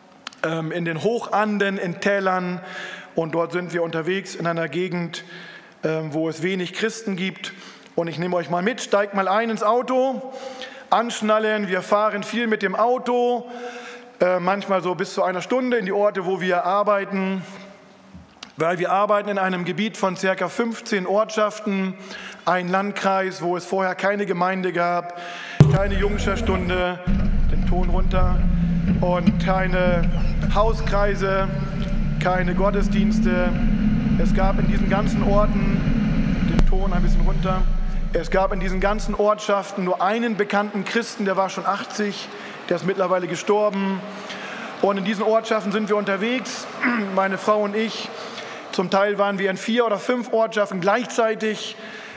in den Hochanden, in Tälern. Und dort sind wir unterwegs in einer Gegend, wo es wenig Christen gibt. Und ich nehme euch mal mit, steigt mal ein ins Auto, anschnallen, wir fahren viel mit dem Auto, äh, manchmal so bis zu einer Stunde in die Orte, wo wir arbeiten, weil wir arbeiten in einem Gebiet von ca. fünfzehn Ortschaften, ein Landkreis, wo es vorher keine Gemeinde gab, keine Jungscherstunde, den Ton runter, und keine Hauskreise, keine Gottesdienste. Es gab in diesen ganzen Orten, den Ton ein bisschen runter, es gab in diesen ganzen Ortschaften nur einen bekannten Christen, der war schon achtzig, der ist mittlerweile gestorben. Und in diesen Ortschaften sind wir unterwegs, meine Frau und ich. Zum Teil waren wir in vier oder fünf Ortschaften gleichzeitig.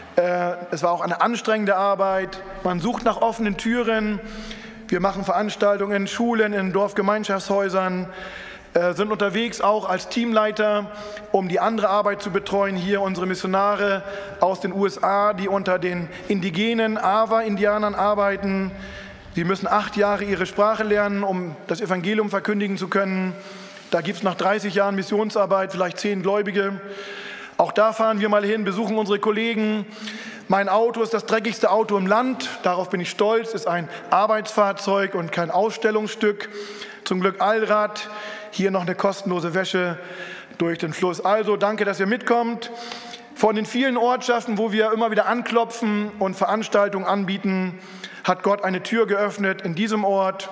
Es war auch eine anstrengende Arbeit. Man sucht nach offenen Türen. Wir machen Veranstaltungen in Schulen, in Dorfgemeinschaftshäusern, sind unterwegs auch als Teamleiter, um die andere Arbeit zu betreuen. Hier unsere Missionare aus den U S A, die unter den indigenen Awa-Indianern arbeiten. Sie müssen acht Jahre ihre Sprache lernen, um das Evangelium verkündigen zu können. Da gibt es nach dreißig Jahren Missionsarbeit vielleicht zehn Gläubige. Auch da fahren wir mal hin, besuchen unsere Kollegen. Mein Auto ist das dreckigste Auto im Land. Darauf bin ich stolz. Ist ein Arbeitsfahrzeug und kein Ausstellungsstück. Zum Glück Allrad. Hier noch eine kostenlose Wäsche durch den Fluss. Also danke, dass ihr mitkommt. Von den vielen Ortschaften, wo wir immer wieder anklopfen und Veranstaltungen anbieten, hat Gott eine Tür geöffnet in diesem Ort.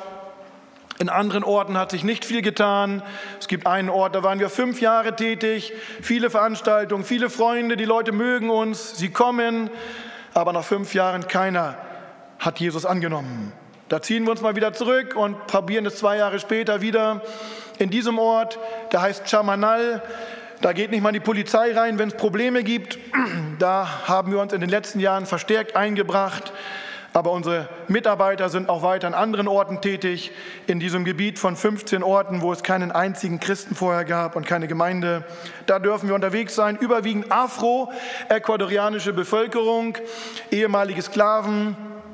In anderen Orten hat sich nicht viel getan. Es gibt einen Ort, da waren wir fünf Jahre tätig, viele Veranstaltungen, viele Freunde, die Leute mögen uns, sie kommen, aber nach fünf Jahren keiner hat Jesus angenommen. Da ziehen wir uns mal wieder zurück und probieren es zwei Jahre später wieder in diesem Ort, der heißt Chamanal. Da geht nicht mal die Polizei rein, wenn es Probleme gibt. Da haben wir uns in den letzten Jahren verstärkt eingebracht. Aber unsere Mitarbeiter sind auch weiter an anderen Orten tätig, in diesem Gebiet von fünfzehn Orten, wo es keinen einzigen Christen vorher gab und keine Gemeinde. Da dürfen wir unterwegs sein, überwiegend afro-ecuadorianische Bevölkerung, ehemalige Sklaven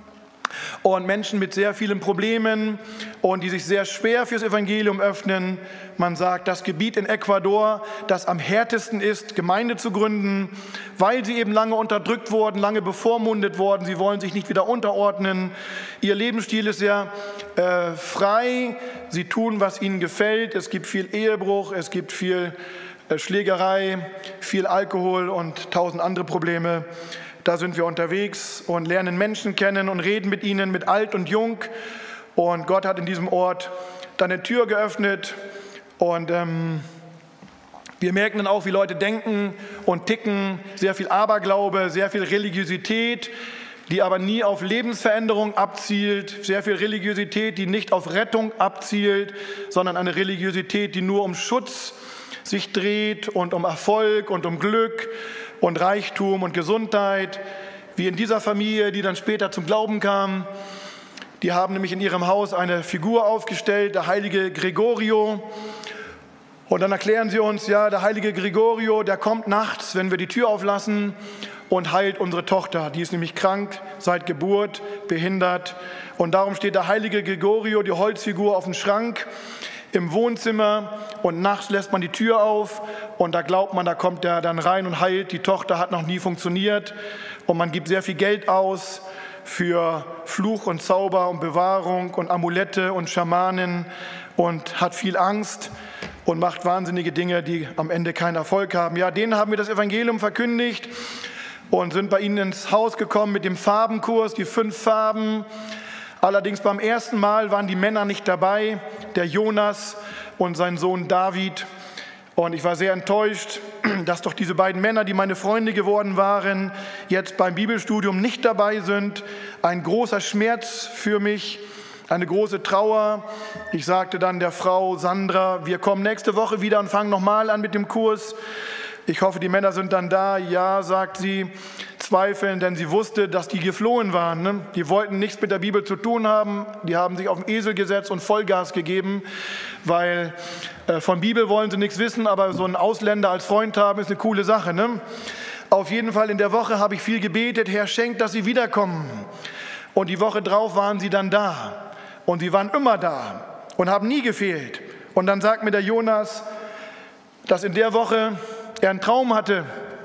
und Menschen mit sehr vielen Problemen und die sich sehr schwer fürs Evangelium öffnen. Man sagt, das Gebiet in Ecuador, das am härtesten ist, Gemeinde zu gründen, weil sie eben lange unterdrückt wurden, lange bevormundet wurden. Sie wollen sich nicht wieder unterordnen. Ihr Lebensstil ist sehr äh, frei. Sie tun, was ihnen gefällt. Es gibt viel Ehebruch, es gibt viel äh, Schlägerei, viel Alkohol und tausend andere Probleme. Da sind wir unterwegs und lernen Menschen kennen und reden mit ihnen, mit alt und jung. Und Gott hat in diesem Ort dann eine Tür geöffnet. Und ähm, wir merken dann auch, wie Leute denken und ticken. Sehr viel Aberglaube, sehr viel Religiosität, die aber nie auf Lebensveränderung abzielt. Sehr viel Religiosität, die nicht auf Rettung abzielt, sondern eine Religiosität, die nur um Schutz sich dreht und um Erfolg und um Glück und Reichtum und Gesundheit, wie in dieser Familie, die dann später zum Glauben kam. Die haben nämlich in ihrem Haus eine Figur aufgestellt, der heilige Gregorio. Und dann erklären sie uns, ja, der heilige Gregorio, der kommt nachts, wenn wir die Tür auflassen und heilt unsere Tochter. Die ist nämlich krank, seit Geburt, behindert. Und darum steht der heilige Gregorio, die Holzfigur, auf dem Schrank im Wohnzimmer und nachts lässt man die Tür auf und da glaubt man, da kommt der dann rein und heilt. Die Tochter hat noch nie funktioniert und man gibt sehr viel Geld aus für Fluch und Zauber und Bewahrung und Amulette und Schamanen und hat viel Angst und macht wahnsinnige Dinge, die am Ende keinen Erfolg haben. Ja, denen haben wir das Evangelium verkündigt und sind bei ihnen ins Haus gekommen mit dem Farbenkurs, die fünf Farben. Allerdings beim ersten Mal waren die Männer nicht dabei, der Jonas und sein Sohn David. Und ich war sehr enttäuscht, dass doch diese beiden Männer, die meine Freunde geworden waren, jetzt beim Bibelstudium nicht dabei sind. Ein großer Schmerz für mich, eine große Trauer. Ich sagte dann der Frau Sandra, wir kommen nächste Woche wieder und fangen nochmal an mit dem Kurs. Ich hoffe, die Männer sind dann da. Ja, sagt sie, zweifeln, denn sie wusste, dass die geflohen waren. Ne? Die wollten nichts mit der Bibel zu tun haben. Die haben sich auf den Esel gesetzt und Vollgas gegeben, weil äh, von Bibel wollen sie nichts wissen, aber so einen Ausländer als Freund haben, ist eine coole Sache. Ne? Auf jeden Fall in der Woche habe ich viel gebetet, Herr, schenkt, dass sie wiederkommen. Und die Woche drauf waren sie dann da. Und sie waren immer da und haben nie gefehlt. Und dann sagt mir der Jonas, dass in der Woche er einen Traum hatte.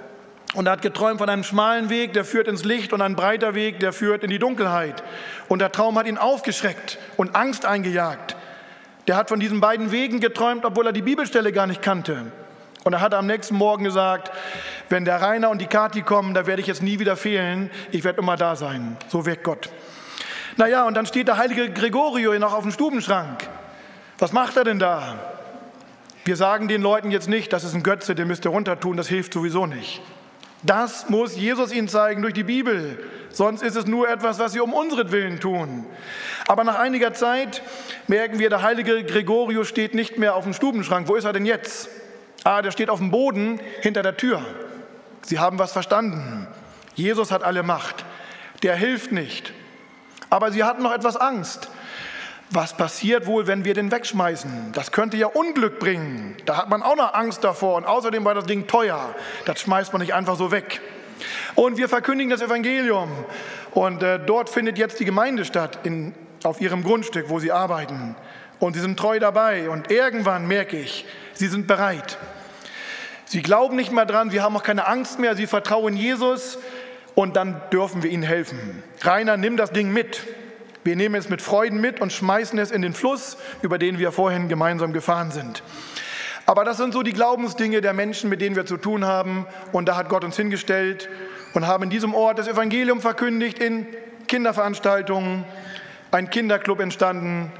Und er hat geträumt von einem schmalen Weg, der führt ins Licht, und ein breiter Weg, der führt in die Dunkelheit. Und der Traum hat ihn aufgeschreckt und Angst eingejagt. Der hat von diesen beiden Wegen geträumt, obwohl er die Bibelstelle gar nicht kannte. Und er hat am nächsten Morgen gesagt, wenn der Rainer und die Kathi kommen, da werde ich jetzt nie wieder fehlen. Ich werde immer da sein. So wirkt Gott. Naja, und dann steht der heilige Gregorio noch auf dem Stubenschrank. Was macht er denn da? Wir sagen den Leuten jetzt nicht, das ist ein Götze, den müsst ihr runter tun, das hilft sowieso nicht. Das muss Jesus ihnen zeigen durch die Bibel. Sonst ist es nur etwas, was sie um unseren tun. Aber nach einiger Zeit merken wir, der heilige Gregorio steht nicht mehr auf dem Stubenschrank. Wo ist er denn jetzt? Ah, der steht auf dem Boden hinter der Tür. Sie haben was verstanden. Jesus hat alle Macht. Der hilft nicht. Aber sie hatten noch etwas Angst. Was passiert wohl, wenn wir den wegschmeißen? Das könnte ja Unglück bringen. Da hat man auch noch Angst davor. Und außerdem war das Ding teuer. Das schmeißt man nicht einfach so weg. Und wir verkündigen das Evangelium. Und äh, dort findet jetzt die Gemeinde statt, in, auf ihrem Grundstück, wo sie arbeiten. Und sie sind treu dabei. Und irgendwann merke ich, sie sind bereit. Sie glauben nicht mehr dran, sie haben auch keine Angst mehr, sie vertrauen Jesus. Und dann dürfen wir ihnen helfen. Rainer, nimm das Ding mit. Wir nehmen es mit Freuden mit und schmeißen es in den Fluss, über den wir vorhin gemeinsam gefahren sind. Aber das sind so die Glaubensdinge der Menschen, mit denen wir zu tun haben. Und da hat Gott uns hingestellt und haben in diesem Ort das Evangelium verkündigt, in Kinderveranstaltungen, ein Kinderclub entstanden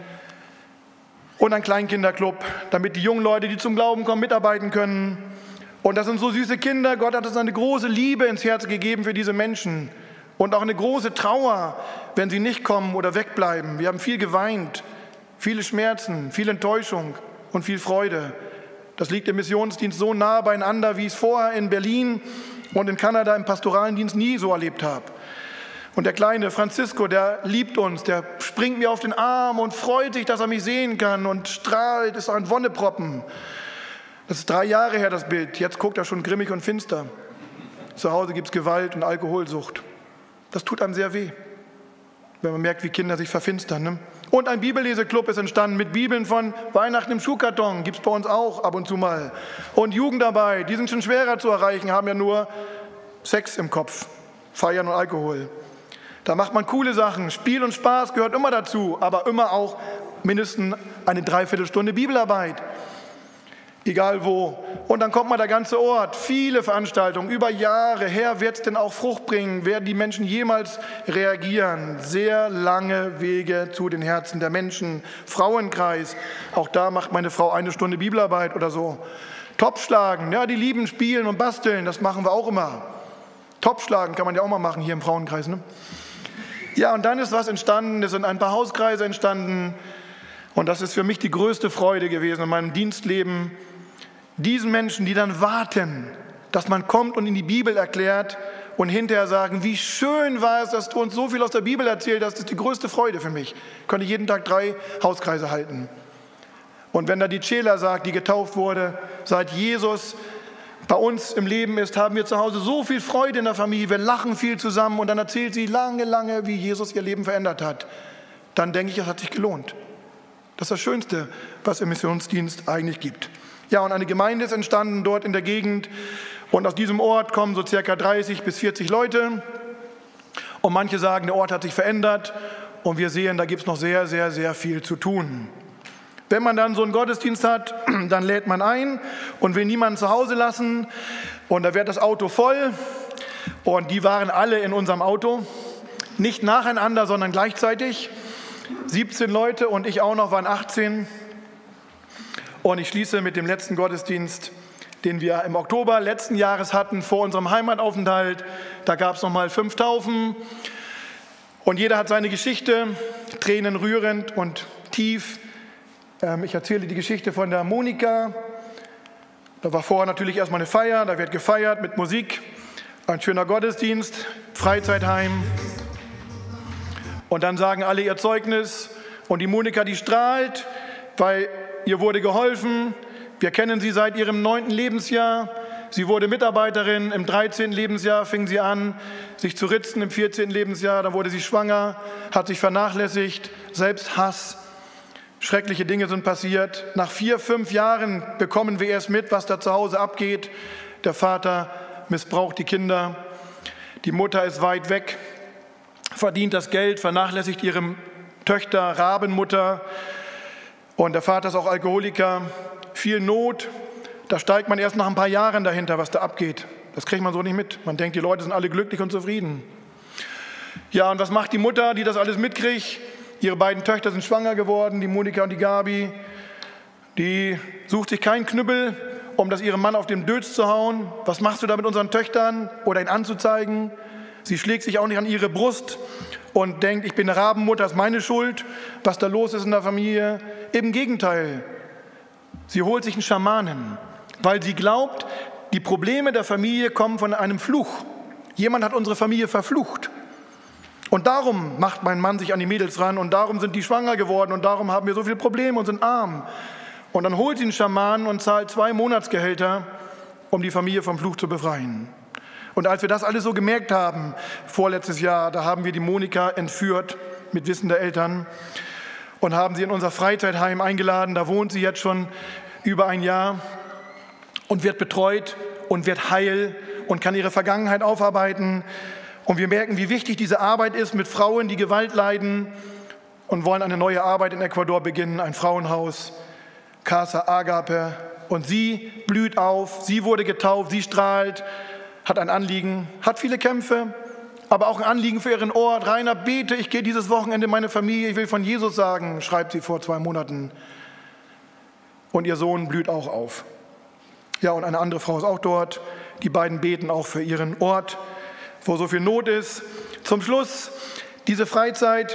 und ein Kleinkinderclub, damit die jungen Leute, die zum Glauben kommen, mitarbeiten können. Und das sind so süße Kinder. Gott hat uns eine große Liebe ins Herz gegeben für diese Menschen. Und auch eine große Trauer, wenn sie nicht kommen oder wegbleiben. Wir haben viel geweint, viele Schmerzen, viel Enttäuschung und viel Freude. Das liegt im Missionsdienst so nah beieinander, wie ich es vorher in Berlin und in Kanada im pastoralen Dienst nie so erlebt habe. Und der kleine Francisco, der liebt uns, der springt mir auf den Arm und freut sich, dass er mich sehen kann und strahlt, ist ein Wonneproppen. Das ist drei Jahre her, das Bild. Jetzt guckt er schon grimmig und finster. Zu Hause gibt es Gewalt und Alkoholsucht. Das tut einem sehr weh, wenn man merkt, wie Kinder sich verfinstern. Ne? Und ein Bibelleseklub ist entstanden mit Bibeln von Weihnachten im Schuhkarton. Gibt es bei uns auch ab und zu mal. Und Jugendarbeit, die sind schon schwerer zu erreichen, haben ja nur Sex im Kopf, Feiern und Alkohol. Da macht man coole Sachen. Spiel und Spaß gehört immer dazu, aber immer auch mindestens eine Dreiviertelstunde Bibelarbeit. Egal wo. Und dann kommt mal der ganze Ort. Viele Veranstaltungen, über Jahre her wird es denn auch Frucht bringen. Werden die Menschen jemals reagieren? Sehr lange Wege zu den Herzen der Menschen. Frauenkreis, auch da macht meine Frau eine Stunde Bibelarbeit oder so. Topfschlagen, ja, die lieben Spielen und Basteln, das machen wir auch immer. Topfschlagen kann man ja auch mal machen hier im Frauenkreis. Ne? Ja, und dann ist was entstanden, es sind ein paar Hauskreise entstanden. Und das ist für mich die größte Freude gewesen in meinem Dienstleben. Diesen Menschen, die dann warten, dass man kommt und ihnen die Bibel erklärt und hinterher sagen, wie schön war es, dass du uns so viel aus der Bibel erzählt hast, das ist die größte Freude für mich. Ich konnte jeden Tag drei Hauskreise halten. Und wenn da die Cela sagt, die getauft wurde, seit Jesus bei uns im Leben ist, haben wir zu Hause so viel Freude in der Familie, wir lachen viel zusammen und dann erzählt sie lange, lange, wie Jesus ihr Leben verändert hat. Dann denke ich, es hat sich gelohnt. Das ist das Schönste, was im Missionsdienst eigentlich gibt. Ja, und eine Gemeinde ist entstanden dort in der Gegend. Und aus diesem Ort kommen so circa dreißig bis vierzig Leute. Und manche sagen, der Ort hat sich verändert. Und wir sehen, da gibt es noch sehr, sehr, sehr viel zu tun. Wenn man dann so einen Gottesdienst hat, dann lädt man ein und will niemanden zu Hause lassen. Und da wird das Auto voll. Und die waren alle in unserem Auto. Nicht nacheinander, sondern gleichzeitig. siebzehn Leute und ich auch noch waren achtzehn. Und ich schließe mit dem letzten Gottesdienst, den wir im Oktober letzten Jahres hatten, vor unserem Heimataufenthalt. Da gab es nochmal fünf Taufen. Und jeder hat seine Geschichte, tränenrührend und tief. Ich erzähle die Geschichte von der Monika. Da war vorher natürlich erstmal eine Feier, da wird gefeiert mit Musik. Ein schöner Gottesdienst, Freizeitheim. Und dann sagen alle ihr Zeugnis. Und die Monika, die strahlt, weil ihr wurde geholfen. Wir kennen sie seit ihrem neunten Lebensjahr. Sie wurde Mitarbeiterin. Im dreizehnten Lebensjahr fing sie an, sich zu ritzen. Im vierzehnten Lebensjahr, dann wurde sie schwanger, hat sich vernachlässigt, Selbsthass. Schreckliche Dinge sind passiert. Nach vier, fünf Jahren bekommen wir erst mit, was da zu Hause abgeht. Der Vater missbraucht die Kinder. Die Mutter ist weit weg, verdient das Geld, vernachlässigt ihre Töchter, Rabenmutter. Und der Vater ist auch Alkoholiker. Viel Not. Da steigt man erst nach ein paar Jahren dahinter, was da abgeht. Das kriegt man so nicht mit. Man denkt, die Leute sind alle glücklich und zufrieden. Ja, und was macht die Mutter, die das alles mitkriegt? Ihre beiden Töchter sind schwanger geworden, die Monika und die Gabi. Die sucht sich keinen Knüppel, um das ihrem Mann auf den Dötz zu hauen. Was machst du da mit unseren Töchtern? Oder ihn anzuzeigen. Sie schlägt sich auch nicht an ihre Brust und denkt, ich bin eine Rabenmutter, das ist meine Schuld, was da los ist in der Familie. Im Gegenteil, sie holt sich einen Schamanen, weil sie glaubt, die Probleme der Familie kommen von einem Fluch. Jemand hat unsere Familie verflucht. Und darum macht mein Mann sich an die Mädels ran und darum sind die schwanger geworden und darum haben wir so viele Probleme und sind arm. Und dann holt sie einen Schamanen und zahlt zwei Monatsgehälter, um die Familie vom Fluch zu befreien. Und als wir das alles so gemerkt haben, vorletztes Jahr, da haben wir die Monika entführt mit Wissen der Eltern und haben sie in unser Freizeitheim eingeladen. Da wohnt sie jetzt schon über ein Jahr und wird betreut und wird heil und kann ihre Vergangenheit aufarbeiten. Und wir merken, wie wichtig diese Arbeit ist mit Frauen, die Gewalt leiden und wollen eine neue Arbeit in Ecuador beginnen, ein Frauenhaus, Casa Agape. Und sie blüht auf, sie wurde getauft, sie strahlt, hat ein Anliegen, hat viele Kämpfe, aber auch ein Anliegen für ihren Ort. Rainer, bete, ich gehe dieses Wochenende in meine Familie, ich will von Jesus sagen, schreibt sie vor zwei Monaten. Und ihr Sohn blüht auch auf. Ja, und eine andere Frau ist auch dort. Die beiden beten auch für ihren Ort, wo so viel Not ist. Zum Schluss, diese Freizeit,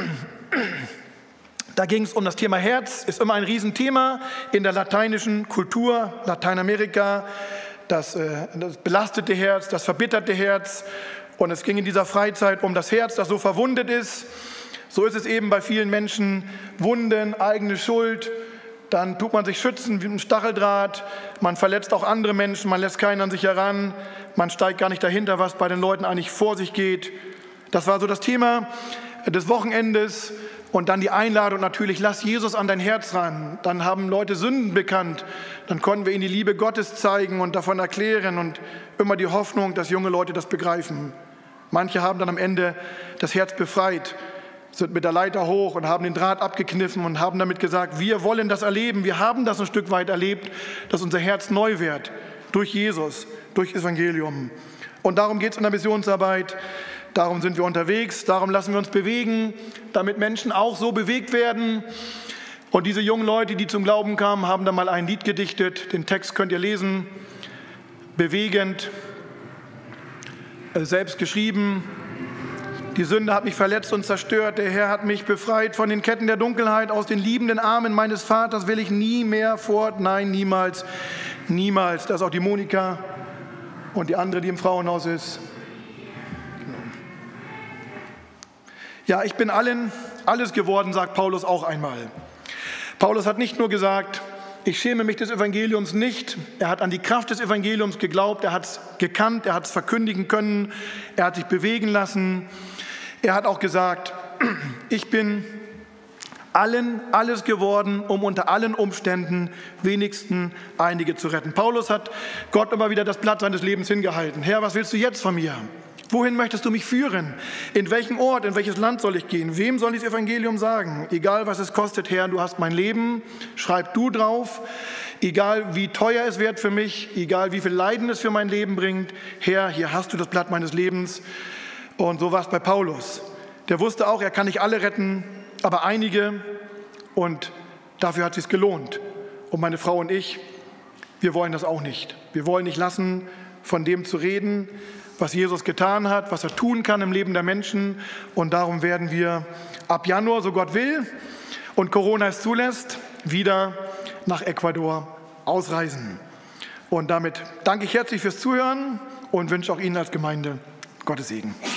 da ging es um das Thema Herz, ist immer ein Riesenthema in der lateinischen Kultur, Lateinamerika. Das, äh, das belastete Herz, das verbitterte Herz. Und es ging in dieser Freizeit um das Herz, das so verwundet ist. So ist es eben bei vielen Menschen. Wunden, eigene Schuld. Dann tut man sich schützen wie ein Stacheldraht. Man verletzt auch andere Menschen, man lässt keinen an sich heran. Man steigt gar nicht dahinter, was bei den Leuten eigentlich vor sich geht. Das war so das Thema des Wochenendes. Und dann die Einladung natürlich, lass Jesus an dein Herz ran. Dann haben Leute Sünden bekannt. Dann konnten wir ihnen die Liebe Gottes zeigen und davon erklären und immer die Hoffnung, dass junge Leute das begreifen. Manche haben dann am Ende das Herz befreit, sind mit der Leiter hoch und haben den Draht abgekniffen und haben damit gesagt, wir wollen das erleben. Wir haben das ein Stück weit erlebt, dass unser Herz neu wird durch Jesus, durch Evangelium. Und darum geht es in der Missionsarbeit. Darum sind wir unterwegs, darum lassen wir uns bewegen, damit Menschen auch so bewegt werden. Und diese jungen Leute, die zum Glauben kamen, haben dann mal ein Lied gedichtet. Den Text könnt ihr lesen. Bewegend, selbst geschrieben. Die Sünde hat mich verletzt und zerstört. Der Herr hat mich befreit von den Ketten der Dunkelheit. Aus den liebenden Armen meines Vaters will ich nie mehr fort. Nein, niemals, niemals. Das ist auch die Monika und die andere, die im Frauenhaus ist. Ja, ich bin allen alles geworden, sagt Paulus auch einmal. Paulus hat nicht nur gesagt, ich schäme mich des Evangeliums nicht. Er hat an die Kraft des Evangeliums geglaubt, er hat es gekannt, er hat es verkündigen können, er hat sich bewegen lassen. Er hat auch gesagt, ich bin allen alles geworden, um unter allen Umständen wenigstens einige zu retten. Paulus hat Gott immer wieder das Blatt seines Lebens hingehalten. Herr, was willst du jetzt von mir? Wohin möchtest du mich führen? In welchen Ort, in welches Land soll ich gehen? Wem soll ich das Evangelium sagen? Egal, was es kostet, Herr, du hast mein Leben, schreib du drauf. Egal, wie teuer es wird für mich, egal, wie viel Leiden es für mein Leben bringt, Herr, hier hast du das Blatt meines Lebens. Und so war es bei Paulus. Der wusste auch, er kann nicht alle retten, aber einige. Und dafür hat es sich gelohnt. Und meine Frau und ich, wir wollen das auch nicht. Wir wollen nicht lassen, von dem zu reden, was Jesus getan hat, was er tun kann im Leben der Menschen. Und darum werden wir ab Januar, so Gott will, und Corona es zulässt, wieder nach Ecuador ausreisen. Und damit danke ich herzlich fürs Zuhören und wünsche auch Ihnen als Gemeinde Gottes Segen.